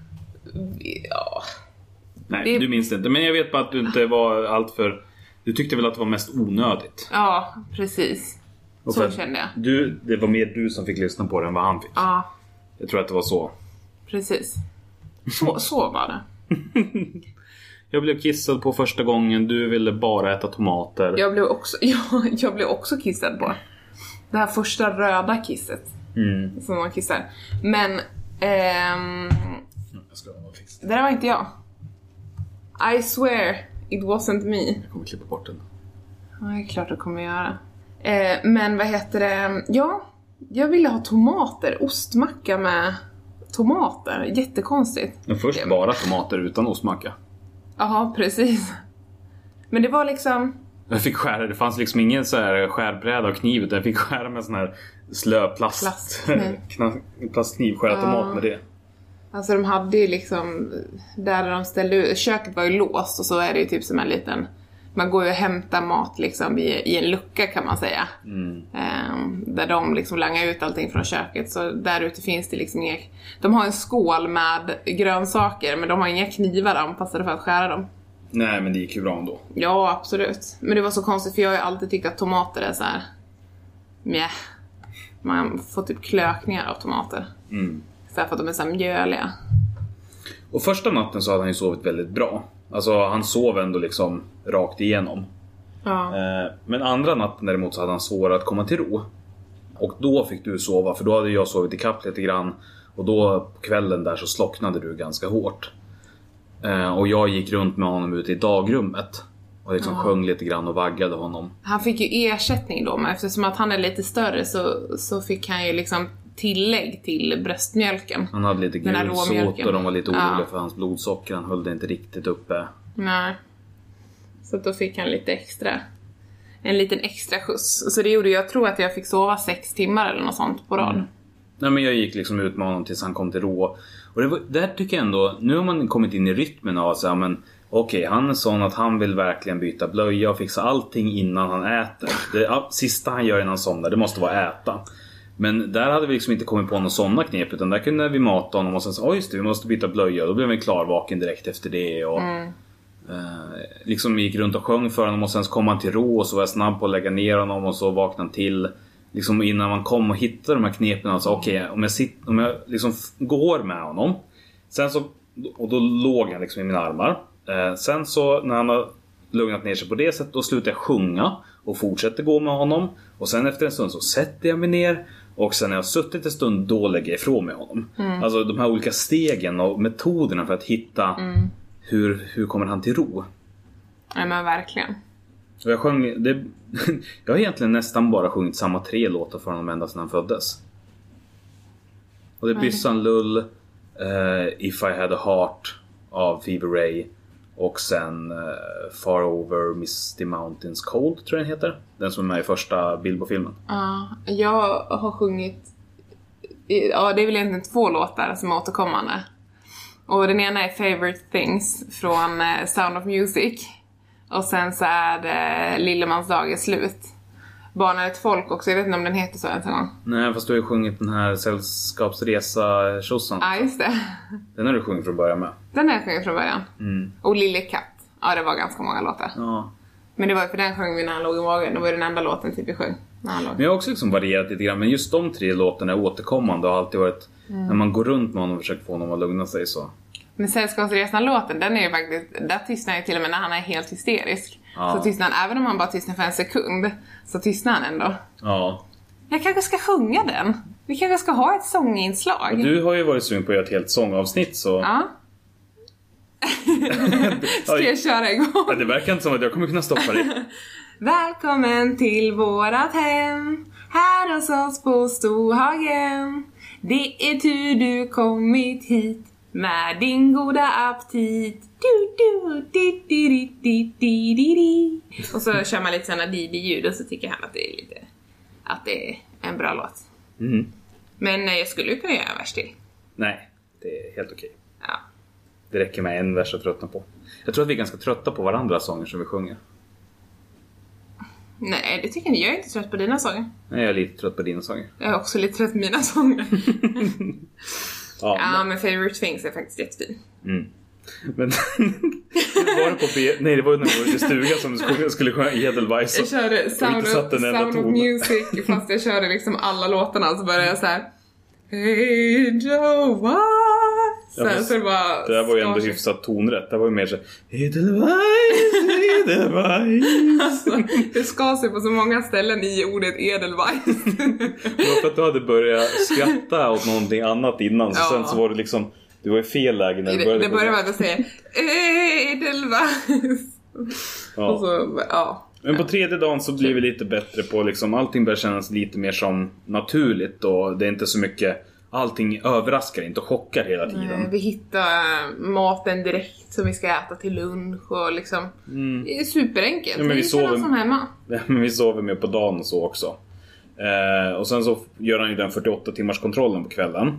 Ja. Nej, du minns inte. Men jag vet bara att du inte var allt för... Du tyckte väl att det var mest onödigt. Ja, precis. Och så kände jag. Det var mer du som fick lyssna på det än vad han fick. Ja. Jag tror att det var så. Precis. Så var det. Jag blev kissad på första gången. Du ville bara äta tomater. Jag blev också kissad på. Det här första röda kisset. Som man kissar. Men det där var inte jag. I swear it wasn't me. Jag kommer klippa bort den. Ja, det är klart det kommer göra. Men vad heter det? Ja, jag ville ha tomater. Ostmacka med tomater. Jättekonstigt. Men först bara tomater utan ostmacka. Jaha, precis. Men det var liksom... Jag fick skära, det fanns liksom ingen så här skärbräda och kniv, utan jag fick skära med sån här slö plastkniv, skära tomat med det. Alltså de hade ju liksom, där de ställde ut, köket var ju låst och så är det ju typ som en liten man går ju och hämtar mat liksom i en lucka kan man säga. Där de liksom langar ut allting från köket. Så där ute finns det liksom inga... De har en skål med grönsaker, men de har inga knivar anpassade för att skära dem. Nej, men det gick ju bra ändå. Ja, absolut. Men det var så konstigt för jag har ju alltid tyckt att tomater är så här... Mjä. Man får typ klökningar av tomater. Så för att de är så här mjöliga. Och första natten så hade han ju sovit väldigt bra. Alltså han sov ändå liksom rakt igenom. Ja. Men andra natten däremot så hade han svårare att komma till ro. Och då fick du sova, för då hade jag sovit i kapp lite grann. Och då på kvällen där så slocknade du ganska hårt. Och jag gick runt med honom ute i dagrummet. Och liksom sjöng lite grann och vaggade honom. Han fick ju ersättning då, men eftersom att han är lite större så fick han ju liksom tillägg till bröstmjölken. Han hade lite gulsot och de var lite oroliga för hans blodsocker. Han höll det inte riktigt uppe. Nej. Så då fick han lite extra. En liten extra skjuts. Så det gjorde jag tror att jag fick sova 6 timmar eller något sånt på rad. Nej, men jag gick liksom ut med honom tills han kom till ro. Och där tycker jag ändå, nu har man kommit in i rytmen av så här, men okej, han är sån att han vill verkligen byta blöja och fixa allting innan han äter. Det sista han gör innan han somnar, det måste vara äta. Men där hade vi liksom inte kommit på någon sådana knep, utan där kunde vi mata honom och sen så, just det, vi måste byta blöja. Då blev vi klarvaken direkt efter det och liksom gick runt och sjöng för honom och sen så kom han till ro och så var jag snabb på att lägga ner honom och så vaknade han till. Liksom innan man kom och hittade de här knepen, alltså okej, om jag liksom går med honom. Sen så, och då låg han liksom i mina armar. Sen så när han har lugnat ner sig på det sättet, då slutar jag sjunga och fortsätter gå med honom. Och sen efter en stund så sätter jag mig ner. Och sen när jag har suttit en stund, då lägger jag ifrån mig honom. Alltså de här olika stegen och metoderna för att hitta hur kommer han till ro. Ja, men verkligen. Och jag sjöng det, jag har egentligen nästan bara sjungit samma 3 låtar för honom ända sedan han föddes. Och det är Byssan Lull, If I Had A Heart av Fever Ray. Och sen Far Over Misty Mountains Cold, tror jag den heter. Den som är med i första Bilbo-filmen. Ja, jag har sjungit... Ja, det är väl egentligen 2 låtar som är återkommande. Och den ena är Favorite Things från Sound of Music. Och sen så är det Lillemans dag är slut. Barn är ett folk också, jag vet inte om den heter så ens en gång. Nej, fast du har ju sjungit den här Sällskapsresa-tjosan. Ja, just det. Den har du sjungit från början med. Den har jag sjungit från början. Och Lille Katt. Ja, det var ganska många låtar. Ja. Men det var ju för den sjöng vi när han låg i magen. Det var ju den enda låten typ vi sjöng. Men jag har också liksom varierat lite grann. Men just de 3 låtarna är återkommande och har alltid varit... När man går runt med honom och försöker få honom att lugna sig så... Men Sällskapsresan-låten, den är ju faktiskt... Där tystnar ju till och med när han är helt hysterisk. Ja. Så tystnar han, även om han bara tystnar för en sekund, så tystnar han ändå. Ja. Jag kanske ska sjunga den. Vi kanske ska ha ett sånginslag. Du har ju varit sugen på att göra ett helt sångavsnitt, så... Ja. Ska jag köra igång? Ja, det verkar inte som att jag kommer kunna stoppa dig. Välkommen till vårat hem, här hos oss på Storhagen. Det är tur du kommit hit med din goda aptit. Och så kör man lite sådana di-di-ljud och så tycker han att det är lite, att det är en bra låt. Men jag skulle ju kunna göra en vers till. Nej, det är helt okej. Ja. Det räcker med en vers att tröttna på. Jag tror att vi är ganska trötta på varandra sånger som vi sjunger. Nej, det tycker jag inte. Jag är inte trött på dina sånger. Nej, jag är lite trött på dina sånger. Jag är också lite trött på mina sånger. Ja, men Favorite Things är faktiskt jättefin. Men var det på nej, det var ju när vi var i stugan som skulle sjunga Edelweiss. Jag körde Sound of Music, fast jag körde liksom alla låtarna, så började jag så här Edelweiss. Så det bara det var ju ändå hyfsat tonrätt. Det var ju mer så Edelweiss. Alltså, det ska sig på så många ställen i ordet Edelweiss. Det var för att du hade börjat skratta åt någonting annat innan. Så sen så var det liksom, du var i fel läge när du började. Det började med att säga Edelweiss. Ja. Och så, ja. Men på 3:e dagen så blir vi lite bättre på liksom, allting börjar kännas lite mer som naturligt. Och det är inte så mycket, allting överraskar inte och chockar hela tiden. Vi hittar maten direkt som vi ska äta till lunch och liksom, det är superenkelt. Ja, men vi sover som hemma. Ja, men vi sover med på dagen och så också. Och sen så gör han ju den 48 timmars kontrollen på kvällen.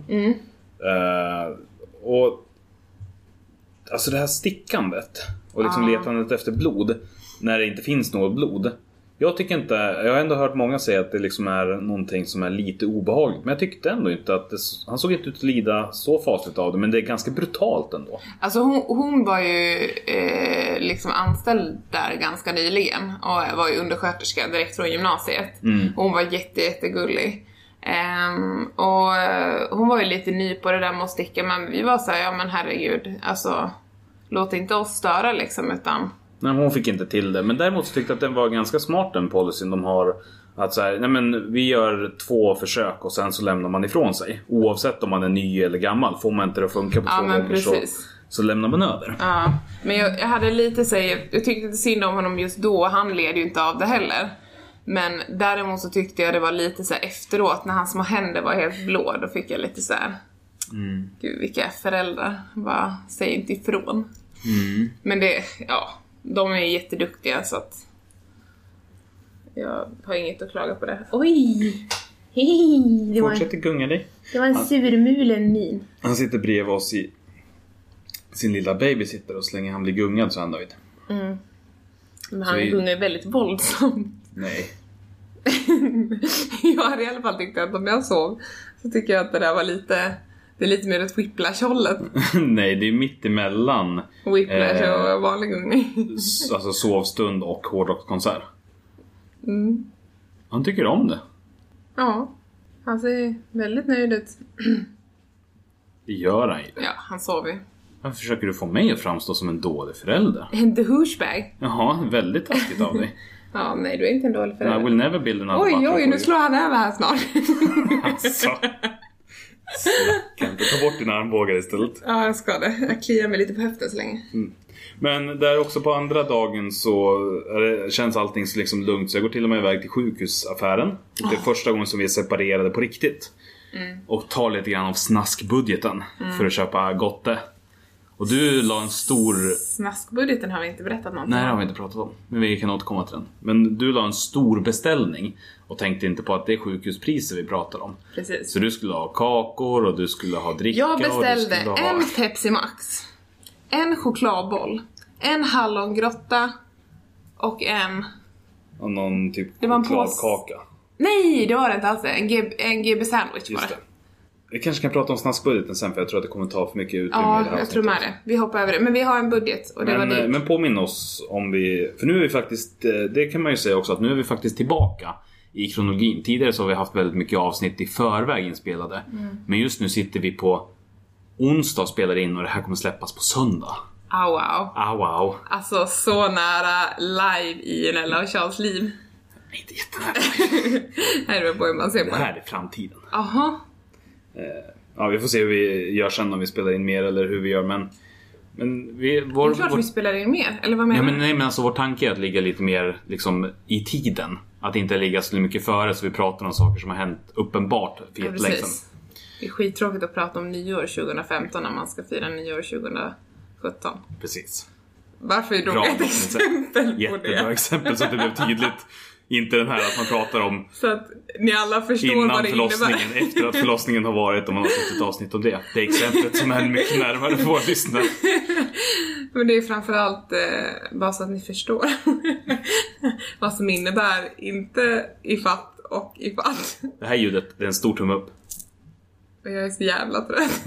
Och alltså det här stickandet och liksom letandet efter blod, när det inte finns något blod. Jag tycker inte, jag har ändå hört många säga att det liksom är någonting som är lite obehagligt. Men jag tyckte ändå inte att han såg inte ut att lida så fasligt av det. Men det är ganska brutalt ändå. Alltså hon var ju liksom anställd där ganska nyligen. Och var ju undersköterska direkt från gymnasiet. Och hon var jättegullig. Och hon var ju lite ny på det där med att sticka. Men vi var så här, ja men herregud. Alltså, låt inte oss störa liksom, utan... Nej, hon fick inte till det. Men däremot tyckte jag att den var ganska smart, den policyn de har. Att så här, nej men vi gör 2 försök och sen så lämnar man ifrån sig. Oavsett om man är ny eller gammal. Får man inte det att funka på 2 gånger så lämnar man över. Ja, men jag hade lite jag tyckte inte synd om honom just då. Han led ju inte av det heller. Men däremot så tyckte jag det var lite så här efteråt. När hans små händer var helt blå. Då fick jag lite så här. Gud, vilka föräldrar. Bara, säg inte ifrån. Men det, ja... De är jätteduktiga så att jag har inget att klaga på det. Oj! Hej! Fortsätter gunga dig. Det var en surmulen min. Han sitter bredvid oss i sin lilla babysitter och så länge han blir gungad så är han nöjd. Men han gungar väldigt våldsamt. Nej. Jag hade i alla fall tyckt att om jag sov så tycker jag att det där var lite... Det är lite mer ett whiplash-hållet. Nej, det är mitt emellan whiplash och vanlig gungning. Alltså sovstund och hårdrockskonsert. Han tycker om det. Ja, han ser väldigt nöjd ut. Det gör han ju. Ja, han sover ju. Varför försöker du få mig att framstå som en dålig förälder? En douchebag. Jaha, väldigt taskigt av dig. Ja, nej, du är inte en dålig förälder. I will never build another Oj, nu slår han över här snart. Alltså. Kan inte ta bort dina armbågar istället? Ja, jag ska det. Jag kliar mig lite på höften så länge. Men där också på andra dagen så känns allting så liksom lugnt. Så jag går till och med iväg till sjukhusaffären. Och det är första gången som vi är separerade på riktigt. Och tar lite grann av snaskbudgeten för att köpa gotte. Och du la en stor... Snaskbudgeten har vi inte berättat någonting. Nej, det har vi inte pratat om. Men vi kan återkomma till den. Men du la en stor beställning. Och tänkte inte på att det är sjukhuspriser vi pratar om. Precis. Så du skulle ha kakor och du skulle ha dricka. Jag beställde en Pepsi Max. En chokladboll. En hallongrotta. Och en... Och någon typ det var en chokladkaka. Nej, det var det inte alls. En GB sandwich just bara. Det. Vi kanske kan prata om snaskbudgeten sen, för jag tror att det kommer ta för mycket utrymme i det här. Ja, jag tror med det. Vi hoppar över det. Men vi har en budget och det var dyrt. Men påminn oss om vi... För nu är vi faktiskt... Det kan man ju säga också, att nu är vi faktiskt tillbaka i kronologin. Tidigare så har vi haft väldigt mycket avsnitt i förväg inspelade. Men just nu sitter vi på onsdag och spelar in, och det här kommer släppas på söndag. Wow. Alltså så nära live i Nella och Charles liv. Inte jättenära. Nej, det var man ser på. Det här är framtiden. Aha. Ja, vi får se hur vi gör sen, om vi spelar in mer eller hur vi gör, men det är klart vi spelar in mer, eller vad menar du? Men alltså vår tanke är att ligga lite mer liksom i tiden. Att inte ligga så mycket före, så vi pratar om saker som har hänt uppenbart för jättelänge sedan. Det är skittråkigt att prata om nyår 2015 när man ska fira nyår 2017. Precis. Varför är det ett exempel på det? Jättebra exempel så att det blev tydligt. Inte den här att man pratar om så att ni alla förstår vad det innebär. Efter att förlossningen har varit, och man har sett ett avsnitt om det. Det är exemplet som är mycket närmare för våra lyssnare. Men det är framförallt bara så att ni förstår vad som innebär inte i fatt och i fatt. Det här ljudet, det är en stor tumme upp. Och jag är så jävla trött.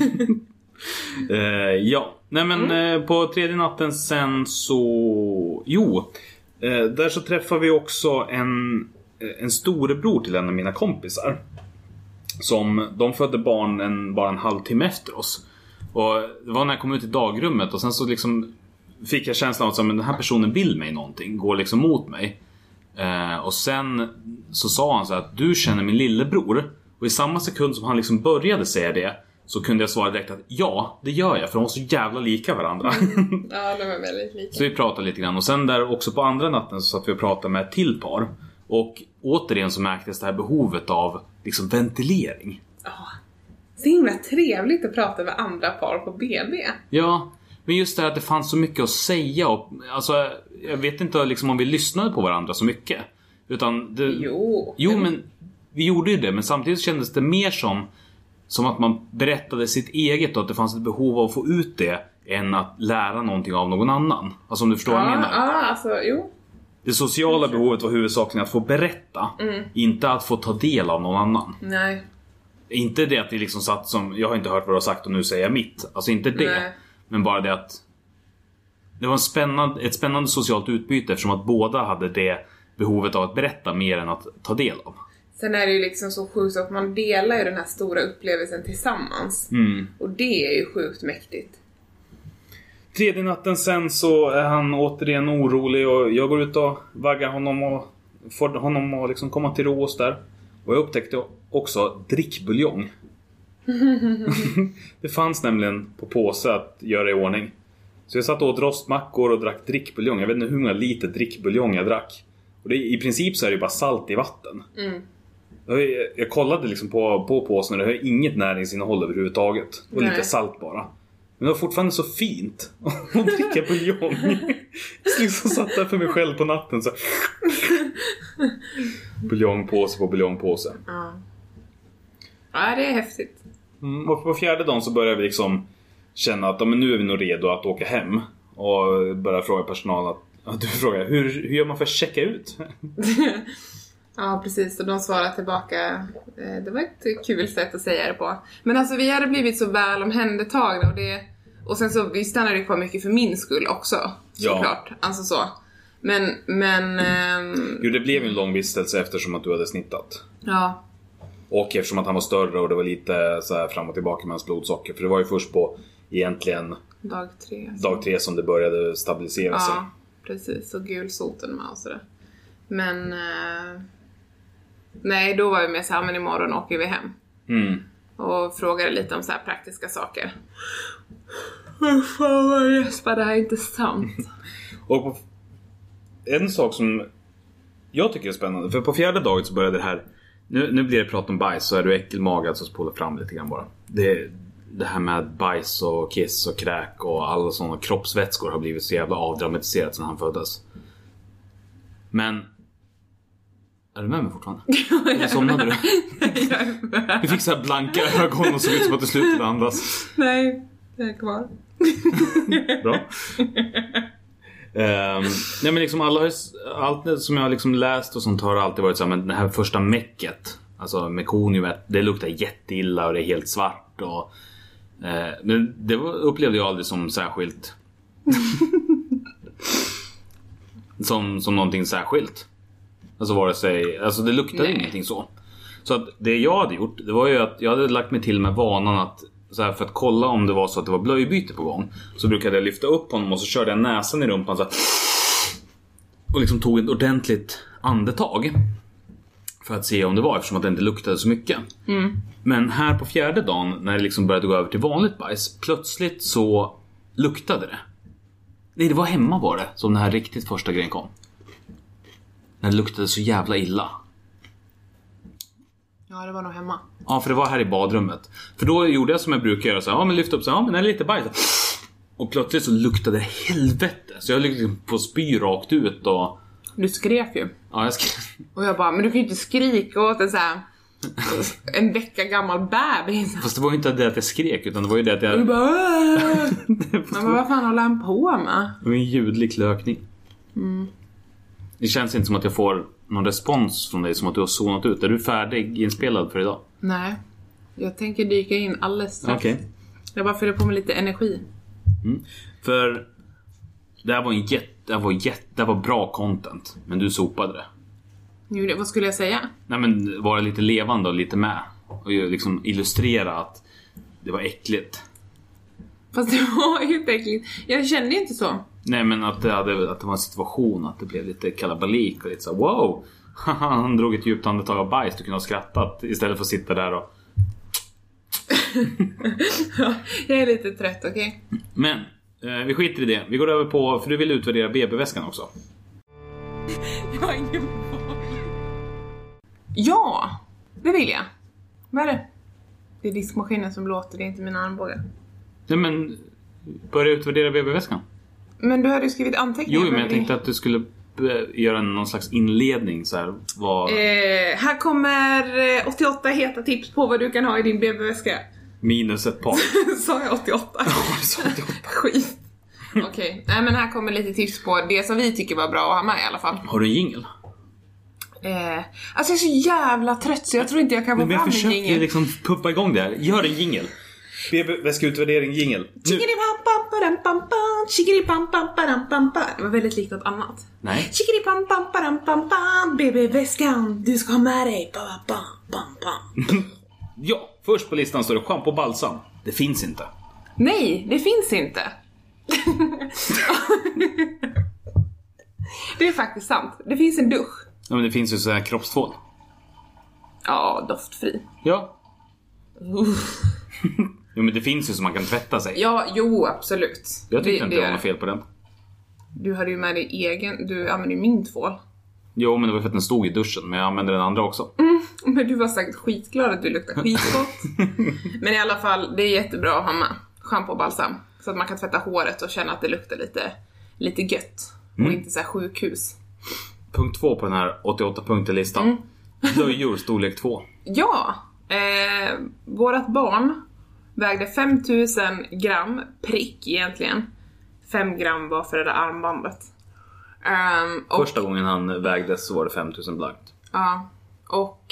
Ja, nej men på tredje natten sen så... där så träffar vi också en storebror till en av mina kompisar. De födde barn bara en halvtimme efter oss. Och det var när jag kom ut i dagrummet, och sen så liksom fick jag känslan av att den här personen vill mig någonting, går liksom mot mig. Och sen så sa han så att du känner min lillebror. Och i samma sekund som han liksom började säga det, så kunde jag svara direkt att ja, det gör jag, för de var så jävla lika varandra. Ja, de var väldigt lika. Så vi pratade lite grann. Och sen där också på andra natten så satt vi och pratade med ett till par. Och återigen så märktes det här behovet av liksom ventilering. Ja, så himla trevligt att prata med andra par på BB. Ja, men just det här att det fanns så mycket att säga. Och, alltså, jag vet inte liksom om vi lyssnade på varandra så mycket. Utan Jo, men vi gjorde ju det. Men samtidigt kändes det mer som att man berättade sitt eget, och att det fanns ett behov av att få ut det än att lära någonting av någon annan. Alltså om du förstår vad jag menar. Ja, alltså, jo. Det sociala behovet var huvudsakligen att få berätta. Inte att få ta del av någon annan. Nej. Inte det att vi liksom satt som, jag har inte hört vad du har sagt och nu säger jag mitt. Alltså inte det. Nej. Men bara det att det var ett spännande socialt utbyte, eftersom att båda hade det behovet av att berätta mer än att ta del av. Sen är det ju liksom så sjukt att man delar ju den här stora upplevelsen tillsammans. Och det är ju sjukt mäktigt. Tredje natten sen så är han återigen orolig och jag går ut och vaggar honom och får honom att liksom komma till ro oss där. Och jag upptäckte också drickbuljong. Det fanns nämligen på påse att göra i ordning. Så jag satt och åt rostmackor och drack drickbuljong. Jag vet inte hur många liter drickbuljong jag drack. Och det, i princip så är det bara salt i vatten. Jag kollade liksom på påsen och det har inget näringsinnehåll överhuvudtaget. Och lite salt bara. Men det var fortfarande så fint att dricka buljong. Jag liksom satt där för mig själv på natten så. Buljongpåse på buljongpåse. Ja, det är häftigt. Och på fjärde dagen så började vi liksom känna att men nu är vi nog redo att åka hem. Och började fråga personalen att du frågar, hur gör man för att checka ut? Ja, precis. Och de svarade tillbaka. Det var ett kul sätt att säga det på. Men alltså vi hade blivit så väl omhändertagna. Och sen så vi stannade ju kvar mycket för min skull också. Såklart. Alltså så. Men Jo, det blev ju en lång vistelse eftersom att du hade snittat. Ja. Och eftersom att han var större och det var lite så här fram och tillbaka med hans blodsocker. För det var ju först på egentligen dag 3 som det började stabilisera sig. Ja, precis. Och gulsoten med och sådär. Men nej, då var vi med så här, men imorgon åker vi hem. Och frågade lite om så här praktiska saker. Fan vad Jesper, det här är inte sant. Och en sak som jag tycker är spännande, för på fjärde dagen så började det här. Nu blir det prat om bajs, så är du äckelmagad så spola fram lite grann bara. Det här med bajs och kiss och kräk och alla sådana kroppsvätskor har blivit så jävla avdramatiserat sedan han föddes. Men är du med mig fortfarande? Eller somnade du? Du fick så här blanka ögon och såg ut som att du slutade andas. Nej, jag är kvar. Bra. Nej men liksom allt som jag har liksom läst och sånt har alltid varit så här, men det här första mäcket, alltså mekoniumet, det luktar jätteilla och det är helt svart och men det upplevde jag aldrig som särskilt som någonting särskilt. Alltså det luktade ingenting så. Så att det jag hade gjort, det var ju att jag hade lagt mig till med vanan att så här, för att kolla om det var så att det var blöjbyte på gång, så brukade jag lyfta upp honom och så körde jag näsan i rumpan så här, och liksom tog ett ordentligt andetag för att se om det var, eftersom att det inte luktade så mycket. Men här på fjärde dagen, när det liksom började gå över till vanligt bajs, plötsligt så luktade det. Nej, det var hemma var det som den här riktigt första grejen kom. När det luktade så jävla illa. Ja, det var nog hemma. Ja, för det var här i badrummet. För då gjorde jag som jag brukar göra så här, ja men lyfta upp så här, ja men det är lite bajs. Och plötsligt så luktade det helvete. Så jag liksom på spy rakt ut och... Du skrek ju. Ja, jag skrek. Och jag bara, men du kan ju inte skrika åt en så här en vecka gammal bebis. Fast det var ju inte det att jag skrek, utan det var ju det att jag... Du bara, men vad fan håller han på med? Det var en ljudlig klökning. Det känns inte som att jag får någon respons från dig, som att du har zonat ut. Är du färdig inspelad för idag? Nej, jag tänker dyka in alldeles strax. Okay. Jag bara fyller på med lite energi. För det här var bra content, men du sopade det. Jo, vad skulle jag säga? Nej, men vara lite levande och lite med. Och liksom illustrera att det var äckligt. Fast det var ju inte äckligt. Jag kände inte så. Nej, men att det var en situation, att det blev lite kalabalik och lite så wow. Han drog ett djupt andetag av bajs. Du kunde ha skrattat istället för att sitta där och... Jag är lite trött, okej? Men vi skiter i det. Vi går över på, för du vill utvärdera BB-väskan också. Jag har ingen val. Ja, det vill jag. Vad är det? Det är diskmaskinen som låter, det är inte mina armbågar. Nej, men börja utvärdera BB-väskan. Men du hade ju skrivit anteckningar. Jo, men jag tänkte att du skulle göra någon slags inledning så här. Här kommer 88 heta tips på vad du kan ha i din BB-väska. Minus ett par. Sa jag 88? Ja, du sa 88. Skit. Okej. Nej, men här kommer lite tips på det som vi tycker var bra att ha med i alla fall. Har du en jingle? Alltså jag är så jävla trött så jag tror inte jag kan få fram en jingle. jingle. Men jag försöker liksom puppa igång det här. Gör en jingle. BB-väskeutvärdering jingle. Det var väldigt likt något annat. Nej. BB-väskan, du ska ha med dig. Ja, först på listan står det shampoo och balsam. Det finns inte. Nej, det finns inte. Det är faktiskt sant. Det finns en dusch. Ja, men det finns ju så här kroppstvål. Ja, doftfri. Ja. Jo, men det finns ju så man kan tvätta sig. Ja, jo, absolut. Jag tycker inte det var något fel på den. Du hade ju med dig egen. Du använde ju min tvål. Jo, men det var för att den stod i duschen. Men jag använde den andra också. Men du var säkert skitglad att du luktar skitgott. Men i alla fall, det är jättebra att ha med shampoo och balsam. Så att man kan tvätta håret och känna att det luktar lite gött. Och inte så här sjukhus. Punkt 2 på den här 88-punkter-listan. Blöjor storlek 2. Ja, vårat barn vägde 5000 gram prick egentligen. 5 gram var för det där armbandet. Första gången han vägdes så var det 5000 blankt. Ja, och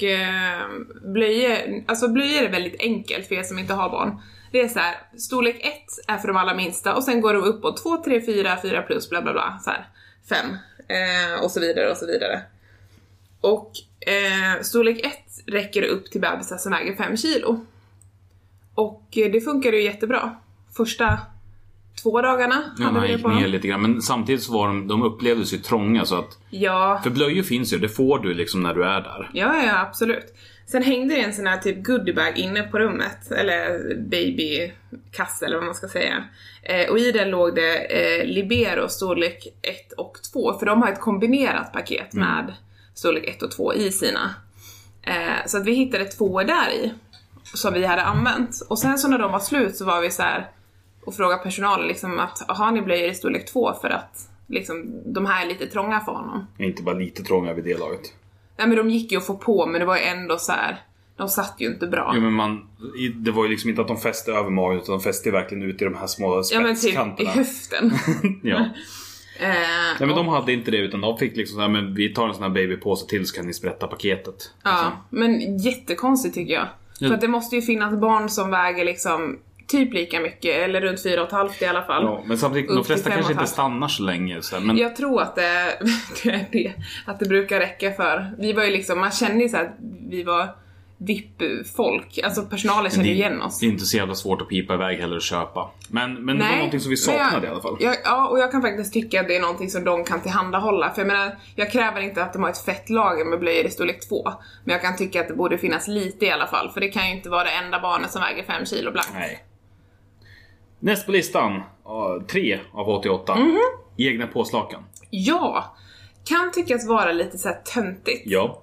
blöjor är väldigt enkelt för er som inte har barn. Det är så här, storlek 1 är för de allra minsta och sen går de uppåt 2, 3, 4, 4 plus bla bla bla, så här 5 och så vidare och så vidare. Och storlek 1 räcker upp till bebisar som väger 5 kilo. Och det funkar ju jättebra. Första 2 dagarna ja, hade han vi gick på ner lite grann. Men samtidigt så var de upplevdes ju trånga så att... Ja. För blöjor finns ju, det får du liksom när du är där. Ja, absolut. Sen hängde det en sån här typ goodiebag inne på rummet. Eller babykasse eller vad man ska säga. Och i den låg det Libero storlek 1 och 2. För de har ett kombinerat paket med storlek 1 och 2 i sina. Så att vi hittade 2 där i. Som vi hade använt. Och sen så när de var slut så var vi så här och frågade personalen liksom att har ni blöjor i storlek 2 för att liksom, de här är lite trånga för honom. Inte bara lite trånga vid det laget. Nej, men de gick ju att få på, men det var ju ändå så här. De satt ju inte bra. Ja, men det var ju liksom inte att de fäste över magen utan de fäste verkligen ut i de här små spetskanterna. Ja, men typ i höften. Ja. Nej, men de hade inte det utan de fick liksom så här, men vi tar en sån här babypåse till så kan ni sprätta paketet. Ja, liksom. men jättekonstigt tycker jag. För att det måste ju finnas barn som väger liksom typ lika mycket, eller runt 4,5 i alla fall. Ja, men samtidigt, de flesta kanske inte stannar så länge. Så här, men... Jag tror att det är det. Att det brukar räcka för. Vi var ju liksom, man kände ju så att vi var VIP-folk. Alltså personalen kände igen oss. Det är inte så jävla svårt att pipa iväg heller och köpa. Men det var någonting som vi saknade i alla fall. Ja, och jag kan faktiskt tycka att det är någonting som de kan tillhandahålla. För jag menar, jag kräver inte att de har ett fett lager med blöjor i storlek 2. Men jag kan tycka att det borde finnas lite i alla fall. För det kan ju inte vara det enda barnet som väger 5 kilo blankt. Nej. Näst på listan, 3 av 88. Egna påslakan. Ja, kan tyckas vara lite så här töntigt. Ja.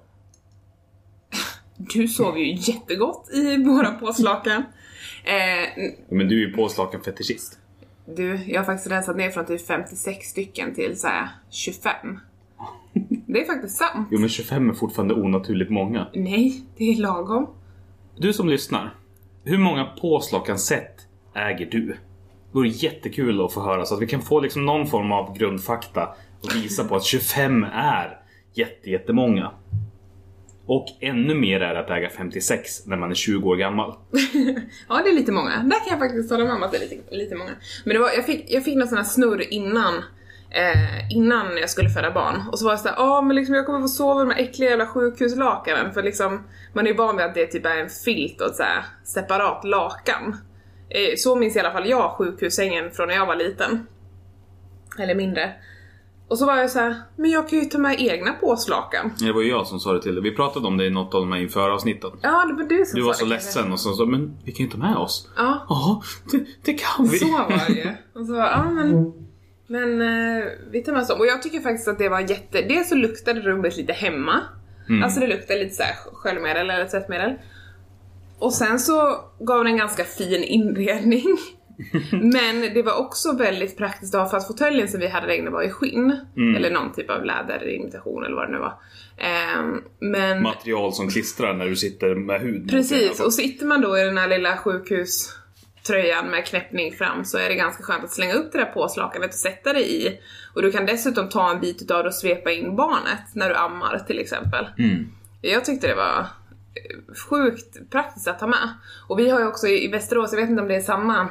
Du sov ju jättegott i våra påslakan. Men du är ju påslakan fetischist. Du, jag har faktiskt rensat ner från typ 56 stycken till så här 25. Det är faktiskt sant. Jo, men 25 är fortfarande onaturligt många. Nej, det är lagom. Du som lyssnar, hur många påslakan set äger du? Det vore jättekul att få höra så att vi kan få liksom någon form av grundfakta och visa på att 25 är jättemånga. Och ännu mer är att äga 56 när man är 20 år gammal. Ja, det är lite många. Där kan jag faktiskt hålla med om att det är lite många. Men det var, jag fick någon sån här snurr innan jag skulle föda barn. Och så var det så här, men liksom jag kommer få sova i de här äckliga jävla sjukhuslakanen. För liksom, man är ju van vid att det typ är en filt och ett så här separat lakan. Så minns i alla fall jag sjukhussängen från när jag var liten. Eller mindre. Och så var jag så här, men jag kan ju ta med egna påslakan. Det var ju jag som sa det till dig. Vi pratade om det i något av de här införavsnitten. Ja, det var du som du sa var så det, ledsen och så sa, men vi kan ju ta med oss. Ja. Ja, det kan vi. Så var det ju. Och så, men vi tar med oss dem. Och jag tycker faktiskt att det var dels så luktade rummet lite hemma. Alltså det luktade lite så här sköljmedel eller tvättmedel. Och sen så gav den en ganska fin inredning. Men det var också väldigt praktiskt att ha, för att fåtöljen som vi hade där inne var i skinn. Eller någon typ av läderimitation eller vad det nu var. Men material som klistrar när du sitter med hud. precis, och sitter man då i den här lilla tröjan med knäppning fram, så är det ganska skönt att slänga upp det där påslakanet och sätta det i. Och du kan dessutom ta en bit av det och svepa in barnet när du ammar till exempel. Jag tyckte det var sjukt praktiskt att ta med. Och vi har ju också i Västerås, jag vet inte om det är samma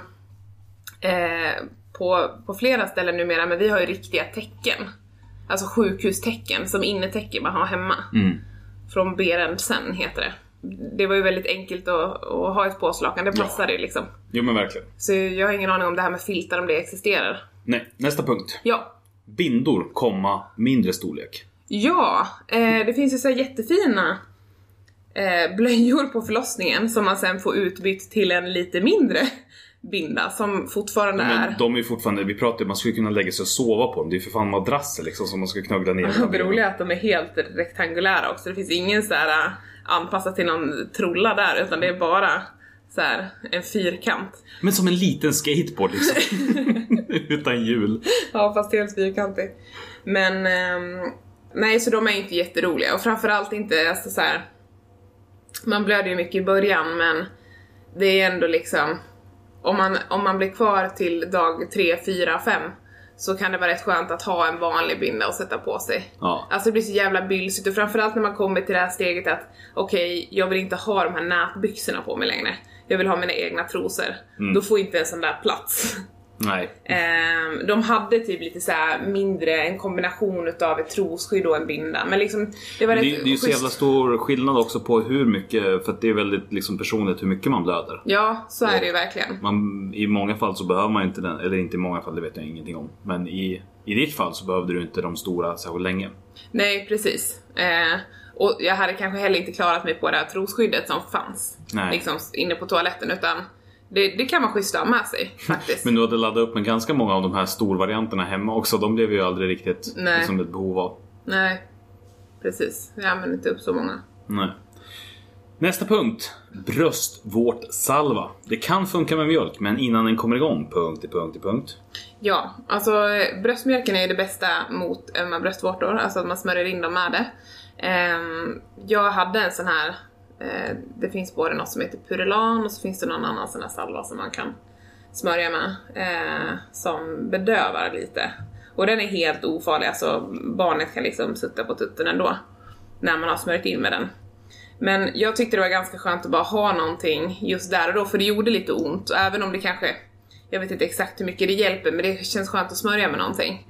på flera ställen numera, men vi har ju riktiga tecken. Alltså sjukhustecken som innetecken man har hemma. Från Berendsen heter det. Det var ju väldigt enkelt att ha ett påslakan. Det passade ju liksom. Jo men verkligen. Så jag har ingen aning om det här med filtar, om det existerar. Nej, nästa punkt. Ja. Bindor, mindre storlek. Ja, det finns ju så här jättefina blöjor på förlossningen som man sen får utbytt till en lite mindre binda som fortfarande är... De är fortfarande, vi pratar, man skulle kunna lägga sig och sova på dem. Det är för fan madrasser liksom som man ska knögla ner. Det roliga är att de är helt rektangulära också. Det finns ingen så här anpassat till någon trolla där, utan det är bara så här en fyrkant. Men som en liten skateboard liksom. Utan hjul. Ja, fast helt fyrkantig. Men nej, så de är inte jätteroliga. Och framförallt inte alltså, så här, man blöder ju mycket i början, men det är ändå liksom, om man blir kvar till dag 3, 4, 5, så kan det vara rätt skönt att ha en vanlig binda och sätta på sig. Ja. Alltså det blir så jävla bylsigt. Och framförallt när man kommer till det här steget att okej, jag vill inte ha de här nätbyxorna på mig längre. Jag vill ha mina egna trosor. Då får inte en sån där plats. Nej. De hade typ lite så här mindre, en kombination utav ett trosskydd och en binda. Men liksom, det var det är ju så jävla stor skillnad också på hur mycket, för att det är väldigt liksom personligt hur mycket man blöder. Ja, så är det ju verkligen. I många fall så behöver man inte den, eller inte i många fall, det vet jag ingenting om. Men i ditt fall så behövde du inte de stora särskilt länge. Nej, precis. Och jag hade kanske heller inte klarat mig på det här trosskyddet som fanns liksom inne på toaletten, utan det kan man schysst ha med sig faktiskt. Men du hade laddat upp med ganska många av de här storvarianterna hemma också. De blev ju aldrig riktigt liksom ett behov av. Nej, precis. Jag använder inte upp så många. Nej. Nästa punkt. Bröstvårtsalva. Det kan funka med mjölk, men innan den kommer igång. Punkt. Ja, alltså bröstmjölken är ju det bästa mot ömma bröstvårtor. Alltså att man smörjer in dem med det. Jag hade en sån här, det finns både något som heter Purelan och så finns det någon annan sån här salva som man kan smörja med, som bedövar lite. Och den är helt ofarlig, alltså barnet kan liksom sutta på tutten ändå när man har smörjt in med den. Men jag tyckte det var ganska skönt att bara ha någonting just där och då, för det gjorde lite ont. Och även om det kanske, jag vet inte exakt hur mycket det hjälper, men det känns skönt att smörja med någonting.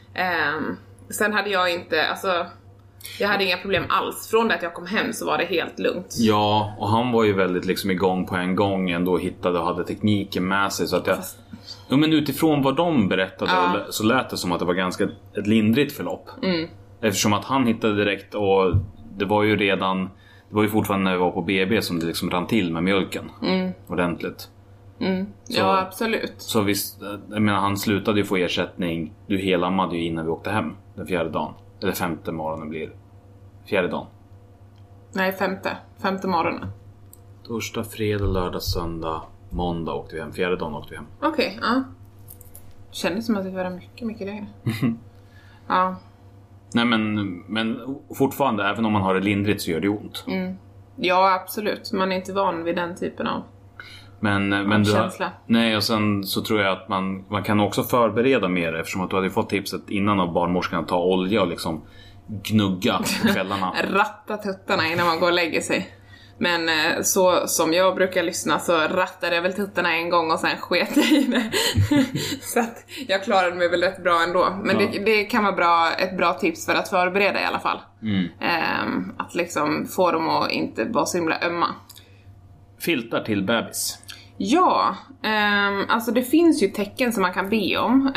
Sen hade jag inte, alltså jag hade inga problem alls. Från det att jag kom hem så var det helt lugnt. Ja, och han var ju väldigt liksom igång på en gång ändå, hittade och hade tekniken med sig. Så att jag, ja, men utifrån vad de berättade så lät det som att det var ganska ett lindrigt förlopp. Eftersom att han hittade direkt, och det var ju fortfarande när vi var på BB som det liksom rann till med mjölken ordentligt. Så, ja, absolut. Så visst, jag menar, han slutade ju få ersättning. Du helammade ju innan vi åkte hem den 4:e dagen. Eller 5:e morgonen blir 4:e dagen. Nej, 5:e morgonen. Torsdag, fredag, lördag, söndag, måndag åkte vi hem. 4:e dagen åkte vi hem. Okej, ja. Kändes som att det var mycket, mycket längre. Ja. Nej, men fortfarande, även om man har det lindrigt så gör det ont. Ja, absolut. Man är inte van vid den typen av men känsla. Nej, och sen så tror jag att man kan också förbereda mer, eftersom att du hade fått tipset innan av barnmorskan att ta olja och liksom gnugga på kvällarna. Ratta tuttarna innan man går och lägger sig. Men så som jag brukar lyssna så rattade jag väl tuttarna en gång och sen sket jag i det. Så att jag klarade mig väl rätt bra ändå. Men det kan vara ett bra tips för att förbereda i alla fall. Att liksom få dem att inte vara så himla ömma. Filtar till bebis. Ja, alltså det finns ju tecken som man kan be om.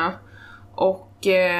Och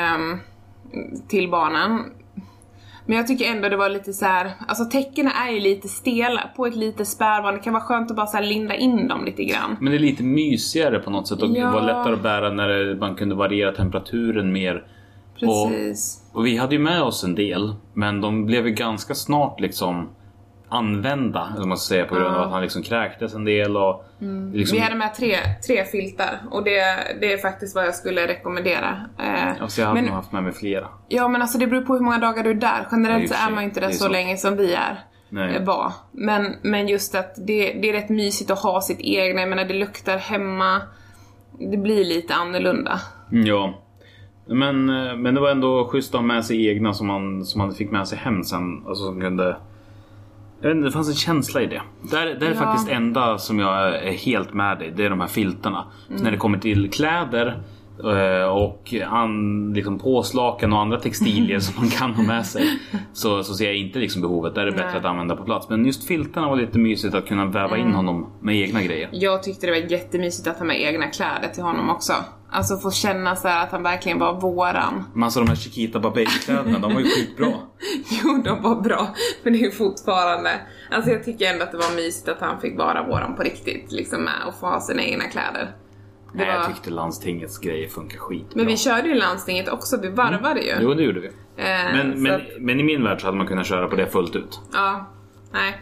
till barnen. Men jag tycker ändå det var lite så här, alltså tecken är ju lite stela på ett lite spädbarn. Det kan vara skönt att bara så här linda in dem lite grann. Men det är lite mysigare på något sätt, och det var lättare att bära när man kunde variera temperaturen mer. Precis. Och vi hade ju med oss en del, men de blev ju ganska snart liksom använda, eller man ska säga, på grund av att han liksom kräktes en del och liksom... Vi hade med tre filtar, och det är faktiskt vad jag skulle rekommendera. Alltså jag hade nog haft med mig flera. Ja, men alltså det beror på hur många dagar du är där. Generellt så är man ju inte där så länge som vi är. vara. Men just att det är rätt mysigt att ha sitt egna. Jag menar, det luktar hemma. Det blir lite annorlunda. Ja. Men det var ändå schysst att ha med sig egna som man fick med sig hem sen. Alltså som kunde... Jag vet inte, det fanns en känsla i det. Där är faktiskt enda som jag är helt med dig. Det är de här filtarna. Så när det kommer till kläder och liksom påslakan och andra textilier som man kan ha med sig, så ser jag inte liksom behovet. Där är det bättre att använda på plats. Men just filtarna var lite mysigt att kunna väva in honom med egna grejer. Jag tyckte det var jättemysigt att ha med egna kläder till honom också. Alltså få känna så här att han verkligen var våran. Men alltså de här Chiquita Babette-kläderna, de var ju skitbra. Jo, de var bra. Men det är ju fortfarande... Alltså jag tycker ändå att det var mysigt att han fick vara våran på riktigt. Liksom med och få ha sina egna kläder. Nej, jag tyckte landstingets grejer funkar skitbra. Men vi körde ju landstinget också, vi varvade ju. Jo, det gjorde vi. Men i min värld så hade man kunnat köra på det fullt ut. Ja, nej.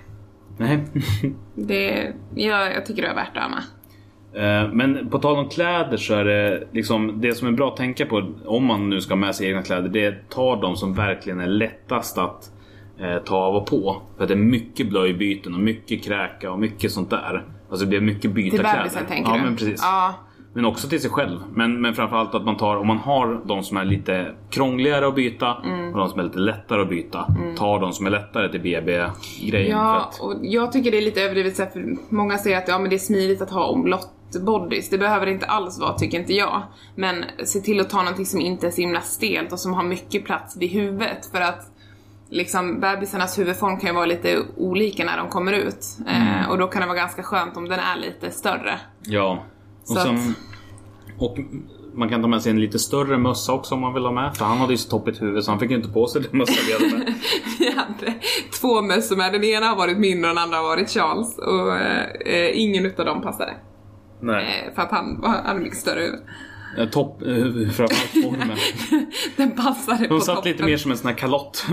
Jag tycker det är värt att ha med. Men på tal om kläder så är det liksom, det som är bra att tänka på om man nu ska ha med sig egna kläder, det är att ta de som verkligen är lättast att ta av och på. För att det är mycket blöjbyten och mycket kräka och mycket sånt där. Alltså det blir mycket byta till kläder. Bebisen, tänker du? Ja, men precis. Ja. Men också till sig själv. Men framförallt att man tar, om man har de som är lite krångligare att byta och de som är lite lättare att byta, tar de som är lättare till BB-grejen. Ja, och jag tycker det är lite överdrivet, för många säger att men det är smidigt att ha omlott bodies. Det behöver det inte alls vara, tycker inte jag. Men se till att ta någonting som inte är så himla stelt och som har mycket plats vid huvudet. För att liksom bebisarnas huvudform kan ju vara lite olika när de kommer ut. Och då kan det vara ganska skönt om den är lite större. Ja. Och man kan ta med sig en lite större mössa också om man vill ha med. För han hade ju så toppigt huvud så han fick ju inte på sig den mössa vi hade med. Vi hade 2 mössor med. Den ena har varit min och den andra har varit Charles. Och ingen utav dem passade. Nej. För att han hade mycket större huvud. Framförallt formen. Den passade på de satt toppen. Lite mer som en sån här kalott.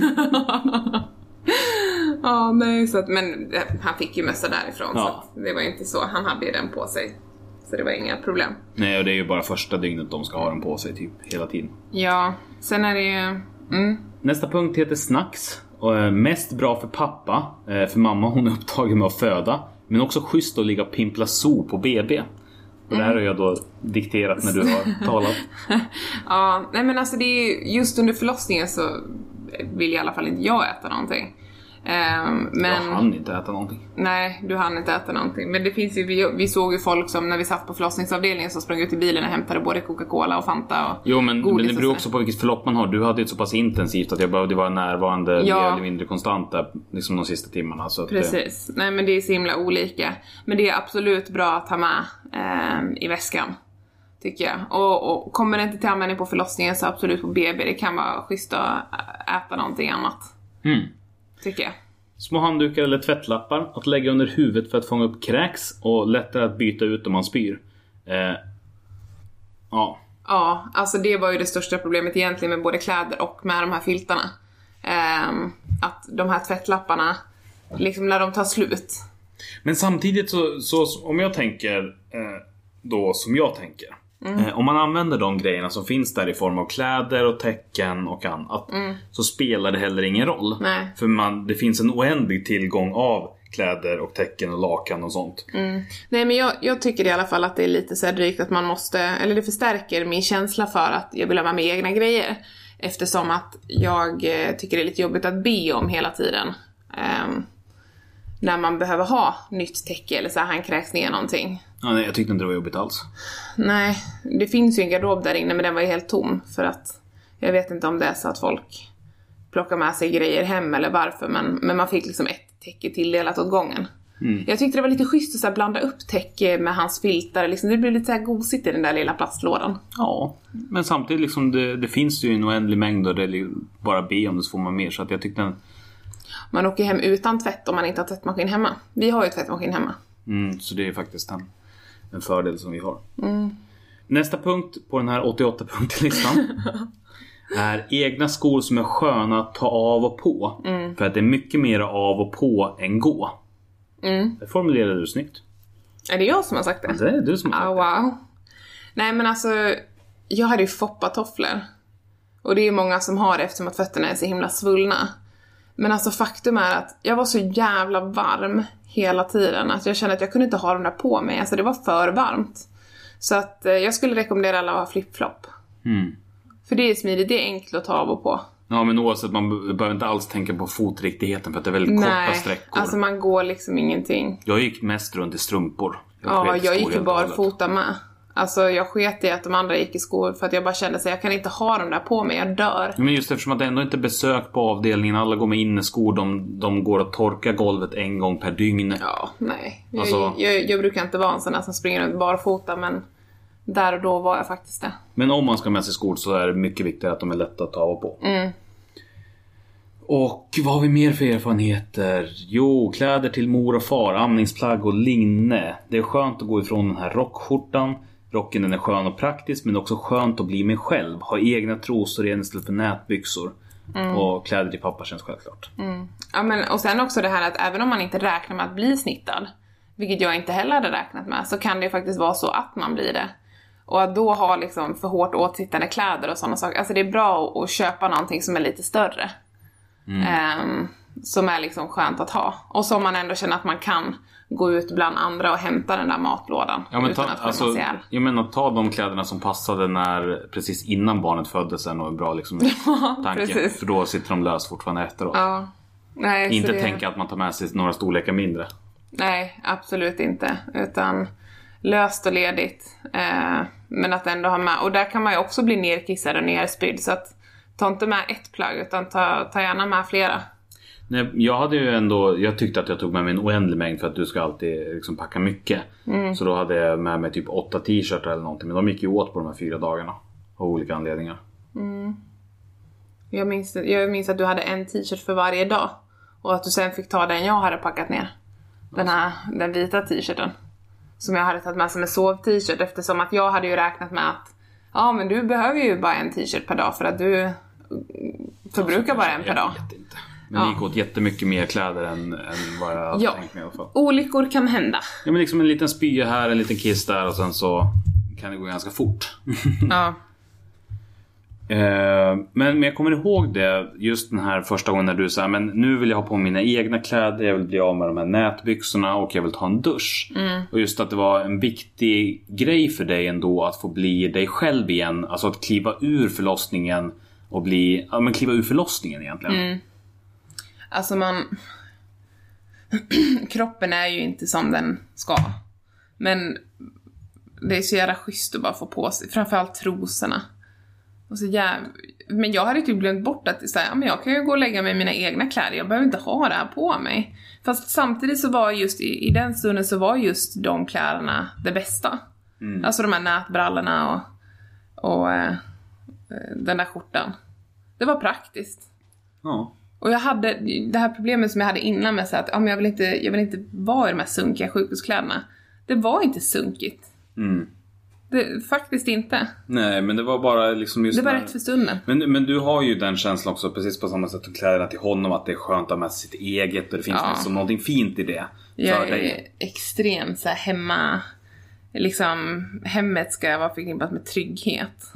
Ja, nej, så att, men han fick ju mössa därifrån. Ja. Så att det var ju inte så. Han hade ju den på sig. Så det var inga problem. Nej, och det är ju bara första dygnet de ska ha den på sig typ hela tiden. Ja, sen är det ju... Nästa punkt heter snacks. Och mest bra för pappa. För mamma, hon är upptagen med att föda. Men också schysst att ligga och pimpla so på BB. Och det här har jag då dikterat när du har talat. Ja, nej men alltså det är just under förlossningen så vill i alla fall inte jag äta någonting. Men jag hann inte äta någonting. Nej, du hann inte äta någonting. Men det finns ju, vi såg ju folk som när vi satt på förlossningsavdelningen så sprang ut i bilen och hämtade både Coca-Cola och Fanta och jo, men godis. Men det beror också på vilket förlopp man har. Du hade ju så pass intensivt att jag behövde vara närvarande mer eller mindre konstant där, liksom de sista timmarna. Så precis, nej men det är så himla olika. Men det är absolut bra att ha med i väskan, tycker jag. Och kommer det inte till användning på förlossningen så absolut på BB. Det kan vara schysst att äta någonting annat. Tycker jag. Små handdukar eller tvättlappar att lägga under huvudet för att fånga upp kräks och lättare att byta ut om man spyr. Ja. Ja, alltså det var ju det största problemet egentligen med både kläder och med de här filtarna. Att de här tvättlapparna, liksom när de tar slut. Men samtidigt så om jag tänker då som jag tänker. Om man använder de grejerna som finns där i form av kläder och täcken och annat, så spelar det heller ingen roll. Nej. För det finns en oändlig tillgång av kläder och täcken och lakan och sånt. Nej, men jag tycker i alla fall att det är lite så här drygt att man måste, eller det förstärker min känsla för att jag vill ha med egna grejer. Eftersom att jag tycker det är lite jobbigt att be om hela tiden. När man behöver ha nytt täcke eller så här, han kräks ner någonting. Ja, nej, jag tyckte inte det var jobbigt alls. Nej, det finns ju en garderob där inne men den var ju helt tom. För att jag vet inte om det är så att folk plockar med sig grejer hem eller varför. Men man fick liksom ett täcke tilldelat åt gången. Jag tyckte det var lite schysst att så här blanda upp täcke med hans filtar. Liksom, det blev lite så här gosigt i den där lilla plastlådan. Ja, men samtidigt liksom det finns ju en oändlig mängd och det är bara be om det så får man mer. Så att jag tyckte man åker hem utan tvätt om man inte har tvättmaskin hemma. Vi har ju tvättmaskin hemma. Så det är faktiskt en fördel som vi har. Nästa punkt på den här 88-punktlistan är egna skor som är sköna att ta av och på. För att det är mycket mer av och på än gå. Det formulerade du snyggt. Är det jag som har sagt det? Det är du som har sagt det. Wow. Nej men alltså, jag hade ju foppatofflor. Och det är många som har det eftersom att fötterna är så himla svullna. Men alltså faktum är att jag var så jävla varm hela tiden att jag kände att jag kunde inte ha dem där på mig. Alltså det var för varmt. Så att jag skulle rekommendera alla att ha flip-flop. För det är smidigt, det är enkelt att ta av och på. Ja, men oavsett, man behöver inte alls tänka på fotriktigheten för att det är väldigt korta sträckor. Alltså man går liksom ingenting. Jag gick mest runt i strumpor. Jag gick ju barfota med. Alltså jag sket i att de andra gick i skor för att jag bara kände så jag kan inte ha dem där på mig, jag dör. Men just eftersom att det ändå inte är besök på avdelningen, alla går med inneskor, de går att torka golvet en gång per dygn. Ja, nej. Alltså... Jag brukar inte vara en sån där som springer runt barfota, men där och då var jag faktiskt det. Men om man ska med sig skor så är det mycket viktigare att de är lätta att ta av på. Och vad har vi mer för erfarenheter? Jo, kläder till mor och far, amningsplagg och linne. Det är skönt att gå ifrån den här rockskjortan. Rocken den är skön och praktisk, men också skönt att bli mig själv. Ha egna trosor igen istället för nätbyxor. Och kläder till pappa känns självklart. Ja, men, och sen också det här att även om man inte räknar med att bli snittad, vilket jag inte heller hade räknat med, så kan det faktiskt vara så att man blir det. Och att då ha liksom för hårt åtsittande kläder och sådana saker. Alltså det är bra att köpa någonting som är lite större. Som är liksom skönt att ha. Och som man ändå känner att man kan gå ut bland andra och hämta den där matlådan. Ja, men jag menar, ta de kläderna som passade när precis innan barnet föddes är nog en bra liksom, tanke. Precis. För då sitter de lös fortfarande efteråt. Ja. Nej, inte tänka att man tar med sig några storlekar mindre. Nej, absolut inte. Utan löst och ledigt. Men att ändå ha med. Och där kan man ju också bli nerkissad och nerspydd. Så att ta inte med ett plagg utan ta gärna med flera. Nej, jag tyckte att jag tog med mig en oändlig mängd för att du ska alltid liksom packa mycket. Så då hade jag med mig typ 8 t-shirtar eller någonting. Men de gick ju åt på de här 4 dagarna. Av olika anledningar. Jag minns att du hade en t-shirt för varje dag. Och att du sen fick ta den jag hade packat ner. Den vita t-shirten. Som jag hade tagit med som en sov-t-shirt. Eftersom att jag hade ju räknat med att ja, men du behöver ju bara en t-shirt per dag. För att du förbrukar bara en per dag. Jag vet inte. Men det gick åt jättemycket mer kläder än vad jag hade tänkt mig i alla fall. Olyckor kan hända. Ja, men liksom en liten spya här, en liten kiss där och sen så kan det gå ganska fort. Ja. Men jag kommer ihåg det just den här första gången när du sa men nu vill jag ha på mina egna kläder, jag vill bli av med de här nätbyxorna och jag vill ta en dusch. Och just att det var en viktig grej för dig ändå att få bli dig själv igen, alltså att kliva ur förlossningen och kliva ur förlossningen egentligen. Alltså kroppen är ju inte som den ska. Men det är så jävla schysst att bara få på sig, framförallt trosorna. Och men jag hade typ glömt bort att säga, men jag kan ju gå och lägga mig i mina egna kläder. Jag behöver inte ha det här på mig. Fast samtidigt så var just i den stunden så var just de kläderna det bästa. Alltså de här nätbrallorna och den där skjortan. Det var praktiskt. Ja. Och jag hade det här problemet som jag hade innan med så att men jag vill inte vara i de här sunkiga sjukhuskläderna. Det var inte sunkigt. Faktiskt inte. Nej, men det var bara liksom just det var rätt för stunden. Men du har ju den känslan också, precis på samma sätt som kläderna till honom, att det är skönt att ha med sitt eget och det finns liksom någonting fint i det för dig. Är extremt så här hemma, liksom hemmet ska vara förknippat med trygghet.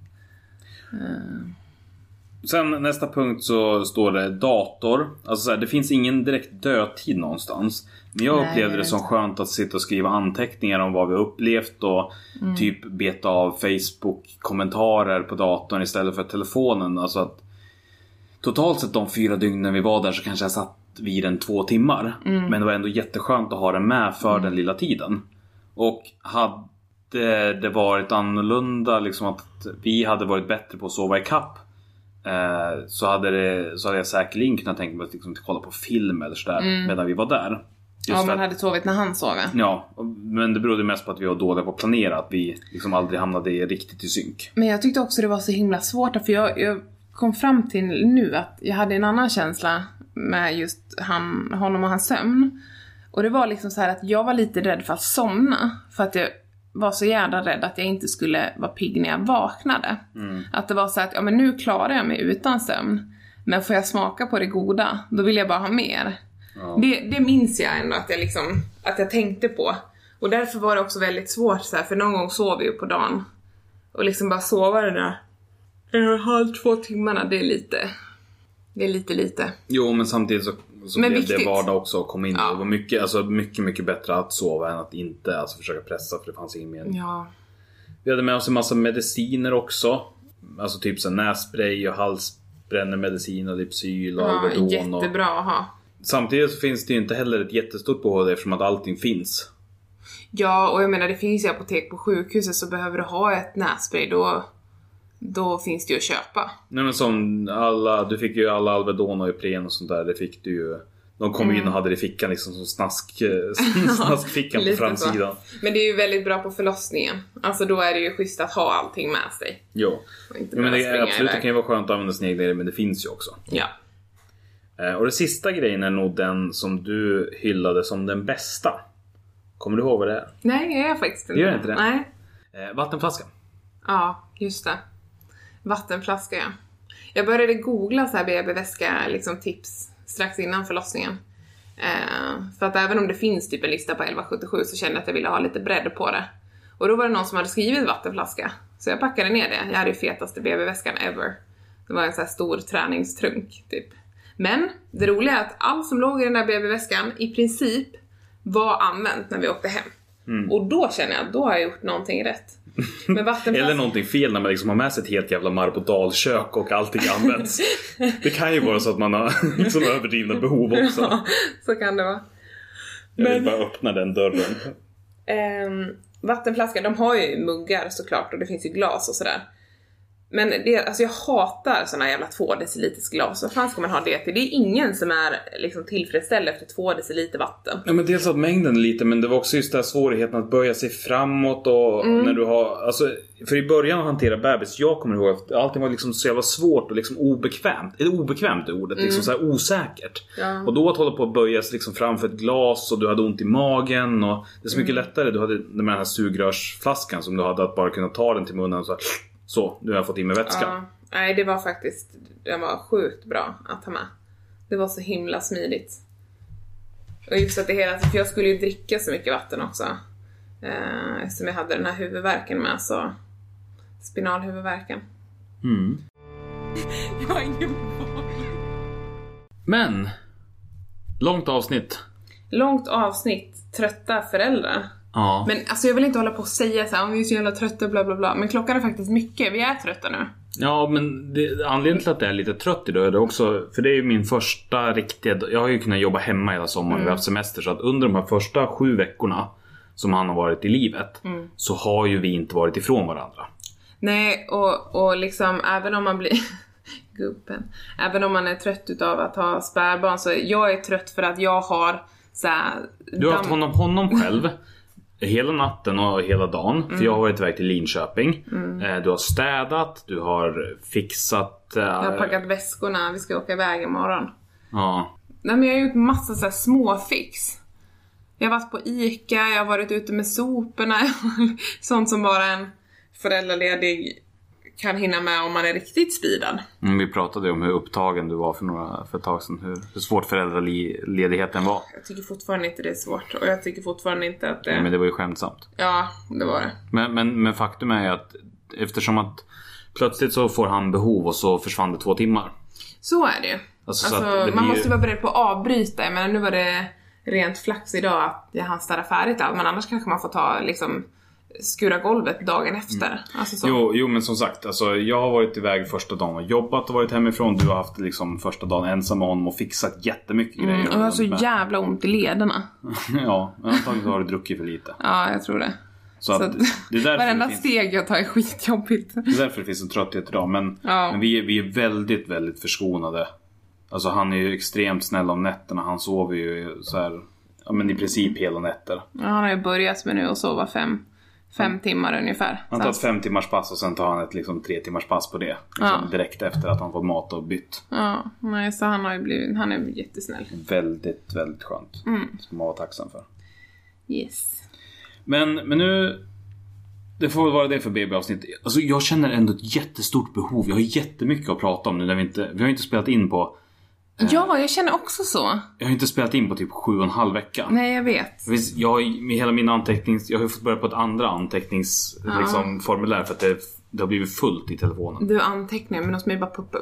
Sen nästa punkt så står det dator. Alltså så här, det finns ingen direkt dödtid någonstans. Men jag upplevde det som skönt att sitta och skriva anteckningar om vad vi upplevt och typ beta av Facebook-kommentarer på datorn istället för telefonen. Alltså att totalt sett de 4 dygnen vi var där så kanske jag satt vid den 2 timmar. Men det var ändå jätteskönt att ha den med för den lilla tiden. Och hade det varit annorlunda, liksom att vi hade varit bättre på att sova i kapp, så hade jag säkerligen kunnat tänka mig att liksom kolla på film eller sådär medan vi var där. Just man hade sovit när han sov. Ja, men det berodde mest på att vi var dåliga på att planera, att vi liksom aldrig hamnade riktigt i synk. Men jag tyckte också det var så himla svårt, för jag kom fram till nu att jag hade en annan känsla med just honom och hans sömn. Och det var liksom så här att jag var lite rädd för att somna, för att jag var så jävla rädd att jag inte skulle vara pigg när jag vaknade. Att det var så att men nu klarar jag mig utan sömn, men får jag smaka på det goda, då vill jag bara ha mer. Det minns jag ändå att jag tänkte på. Och därför var det också väldigt svårt så här, för någon gång sov vi ju på dagen. Och liksom bara sova det där 1,5-2 timmarna, det är lite Det är lite. Jo, men samtidigt så men blev det vardag också att komma in. Ja. Det var mycket bättre att sova än att inte försöka pressa, för det fanns ingen mening. Ja. Vi hade med oss en massa mediciner också. Alltså typ så nässpray och halsbrännermedicin och Lypsyl och Alvedon. Jättebra att ha. Samtidigt så finns det ju inte heller ett jättestort behov eftersom att allting finns. Ja, och jag menar det finns ju apotek på sjukhuset, så behöver du ha ett nässpray då finns det ju att köpa. Nej, men som du fick ju alla Alvedon och Ipren och sånt där, det fick du ju. De kom in och hade det i fickan liksom som snaskfickan på framsidan. Men det är ju väldigt bra på förlossningen. Alltså då är det ju schysst att ha allting med sig. Jo. Men det är absolut, det kan ju vara skönt att använda sin egen, men det finns ju också. Ja. Och det sista grejen är nog den som du hyllade som den bästa. Kommer du ihåg vad det är? Nej, jag är faktiskt inte. Gör inte det? Nej. Vattenflaskan. Ja, just det. Vattenflaska, ja. Jag började googla så här BB-väska liksom tips strax innan förlossningen. För att även om det finns typ en lista på 1177 så kände jag att jag ville ha lite bredd på det. Och då var det någon som hade skrivit vattenflaska. Så jag packade ner det. Jag hade ju fetaste BB-väskan ever. Det var en så här stor träningstrunk typ. Men det roliga är att allt som låg i den där BB-väskan i princip var använt när vi åkte hem. Och då känner jag att då har jag gjort någonting rätt. Med eller någonting fel när man liksom har med sig ett helt jävla marbodalkök och allting används. Det kan ju vara så att man har liksom överdrivna behov också. Ja, så kan det vara. Jag vill bara öppna den dörren. Vattenflaskan, de har ju muggar såklart, och det finns ju glas och sådär. Men alltså jag hatar såna jävla 2 deciliters glas. Vad fan ska man ha det till? Det är ingen som är liksom tillfredsställd efter 2 deciliter vatten. Ja, men dels att mängden är lite, men det var också just den här svårigheten att böja sig framåt och när du har, alltså, för i början att hantera bebis, jag kommer ihåg att allting var liksom så jävla svårt och liksom obekvämt. Är det obekvämt ordet? Liksom så här osäkert. Ja. Och då att hålla på att böja sig liksom framför ett glas och du hade ont i magen och det är så mycket lättare. Du hade med den här sugrörsflaskan som du hade att bara kunna ta den till munnen och så, nu har jag fått in med vätska. Ja, nej, det var faktiskt, det var sjukt bra att ha med. Det var så himla smidigt. Och just att det hela, för jag skulle ju dricka så mycket vatten också. Eftersom jag hade den här huvudvärken med, så spinalhuvudvärken. Jag har ingen boll. Men långt avsnitt, trötta föräldrar. Ja. Men alltså jag vill inte hålla på och säga så här, om vi är så jävla trötta bla bla bla. Men klockan är faktiskt mycket, vi är trötta nu. Ja, men anledningen till att jag är lite trött idag är det också, för det är ju min första riktiga, jag har ju kunnat jobba hemma hela sommaren, vi har haft semester, så att under de här första 7 veckorna som han har varit i livet så har ju vi inte varit ifrån varandra. Nej, och liksom även om man blir gubben, även om man är trött utav att ha spädbarn, så jag är trött för att jag har så här, du har haft honom själv hela natten och hela dagen. För jag har varit iväg till Linköping. Du har städat, du har fixat, jag har packat väskorna, vi ska åka iväg imorgon. Ja. Nej, men jag har gjort massa så här småfix. Jag har varit på Ica, jag har varit ute med soporna. Sånt som bara en föräldraledig kan hinna med om man är riktigt speedad. Vi pratade om hur upptagen du var för ett tag sedan. Hur svårt föräldraledigheten var. Jag tycker fortfarande inte det är svårt. Och jag tycker fortfarande inte att det... Ja, men det var ju skämtsamt. Ja, det var det. Men faktum är att eftersom att plötsligt så får han behov och så försvann det 2 timmar. Så är det ju. Alltså, man måste vara beredd på att avbryta. Men nu var det rent flax idag att jag hann städa färdigt allt. Men annars kanske man får ta liksom... skura golvet dagen efter. Alltså så. Jo, men som sagt, alltså, jag har varit iväg första dagen och jobbat och varit hemifrån. Du har haft liksom första dagen ensam med honom och fixat jättemycket grejer. Och jag har så jävla ont i lederna. Ja, antagligen har du druckit för lite. Ja, jag tror det. Så att, det är varenda steg jag tar är skitjobbigt. Det är därför det finns en trötthet idag. Men vi är väldigt, väldigt förskonade. Alltså han är ju extremt snäll om nätterna. Han sover ju så här, ja, men i princip hela nätter. Ja, han har ju börjat med nu att sova 5 timmar ungefär. Han tar ett 5 timmars pass och sen tar han ett liksom 3 timmars pass på det. Liksom direkt efter att han fått mat och bytt. Ja, nej, så han är jättesnäll. Väldigt, väldigt skönt. Som man var tacksam för. Yes. Men nu, det får väl vara det för BB-avsnitt. Alltså jag känner ändå ett jättestort behov. Jag har jättemycket att prata om nu när vi har inte spelat in på... Ja, jag känner också så. Jag har inte spelat in på typ 7,5 vecka. Nej, jag vet. Jag har med hela min jag har fått börja på ett andra liksom, formulär för att det har blivit fullt i telefonen. Du antecknar, men hos mig bara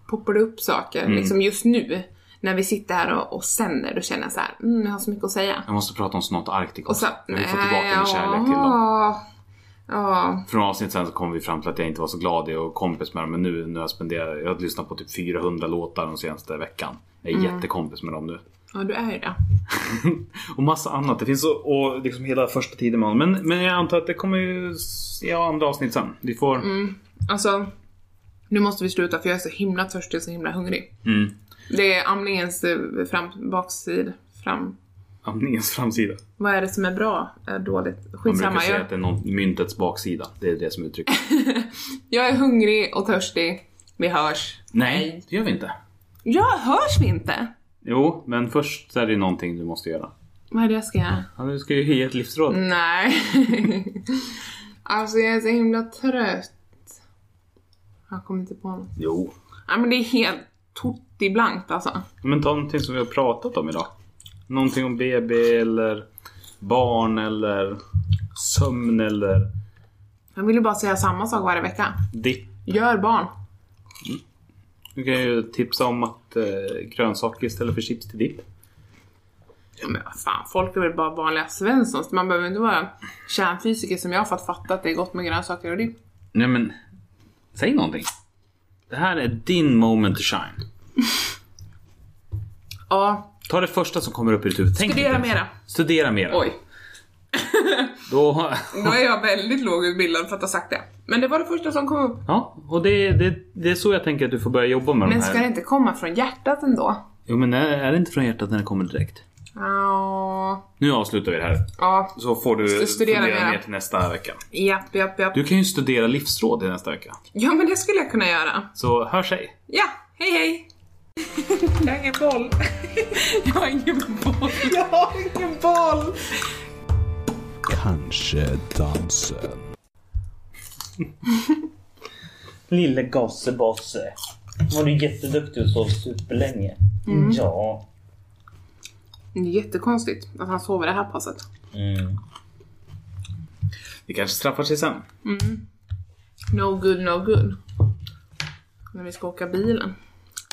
poppar det upp saker. Liksom just nu, när vi sitter här och sänder, då känner jag så här, jag har så mycket att säga. Jag måste prata om Snart Arctic också. Och så, vi får tillbaka min kärlek till dem. Ja. Från avsnitt sen så kom vi fram till att jag inte var så glad i och kompis med dem. Men nu jag har lyssnat på typ 400 låtar den senaste veckan. Jag är jättekompis med dem nu. Ja, du är ju det. Och massa annat. Det finns och liksom hela första tiden med honom. Men jag antar att det kommer ju andra avsnitt sen. Vi får... Alltså, nu måste vi sluta för jag är så himla törstig och så himla hungrig. Det är amningens baksida. Amningens framsida. Vad är det som är bra? Är dåligt? Skitsamma. Man brukar säga att det är myntets baksida. Det är det som uttrycker. Jag är hungrig och törstig. Vi hörs. Nej, det gör vi inte. Ja, hörs vi inte? Jo, men först så är det någonting du måste göra. Vad är det jag ska göra? Ja, du ska ju ge ett livsråd. Nej. Alltså jag är så himla trött. Jag kommer inte på något. Jo. Nej, men det är helt blankt alltså. Men ta någonting som vi har pratat om idag. Någonting om BB eller barn eller sömn eller... Jag vill ju bara säga samma sak varje vecka. Dipp. Gör barn. Du kan ju tipsa om att grönsaker istället för chips till dipp. Ja, men fan, folk är väl bara vanliga Svenssons. Man behöver inte vara kärnfysiker som jag för att fatta att det är gott med grönsaker och dipp. Nej men, säg någonting. Det här är din moment to shine. Ja. Ta det första som kommer upp i ditt huvud. Studera mera. Oj. Då är jag väldigt lågutbildad för att ha sagt det. Men det var det första som kom upp. Ja, och det är så jag tänker att du får börja jobba med men de här. ska det inte komma från hjärtat ändå? Jo, men är det inte från hjärtat när det kommer direkt? Ja. Nu avslutar vi det här. Ja. Så får du studera mer till nästa vecka. Japp. Du kan ju studera livsråd i nästa vecka. Ja, men det skulle jag kunna göra. Så hör sig. Ja, hej. Jag har ingen boll. Jag har ingen boll. Kanske dansen. Lille gossebosse. Var du jätteduktig och sov superlänge? Ja. Det är jättekonstigt att han sover det här passet. Det kanske straffar sig sen. No good. När vi ska åka bilen.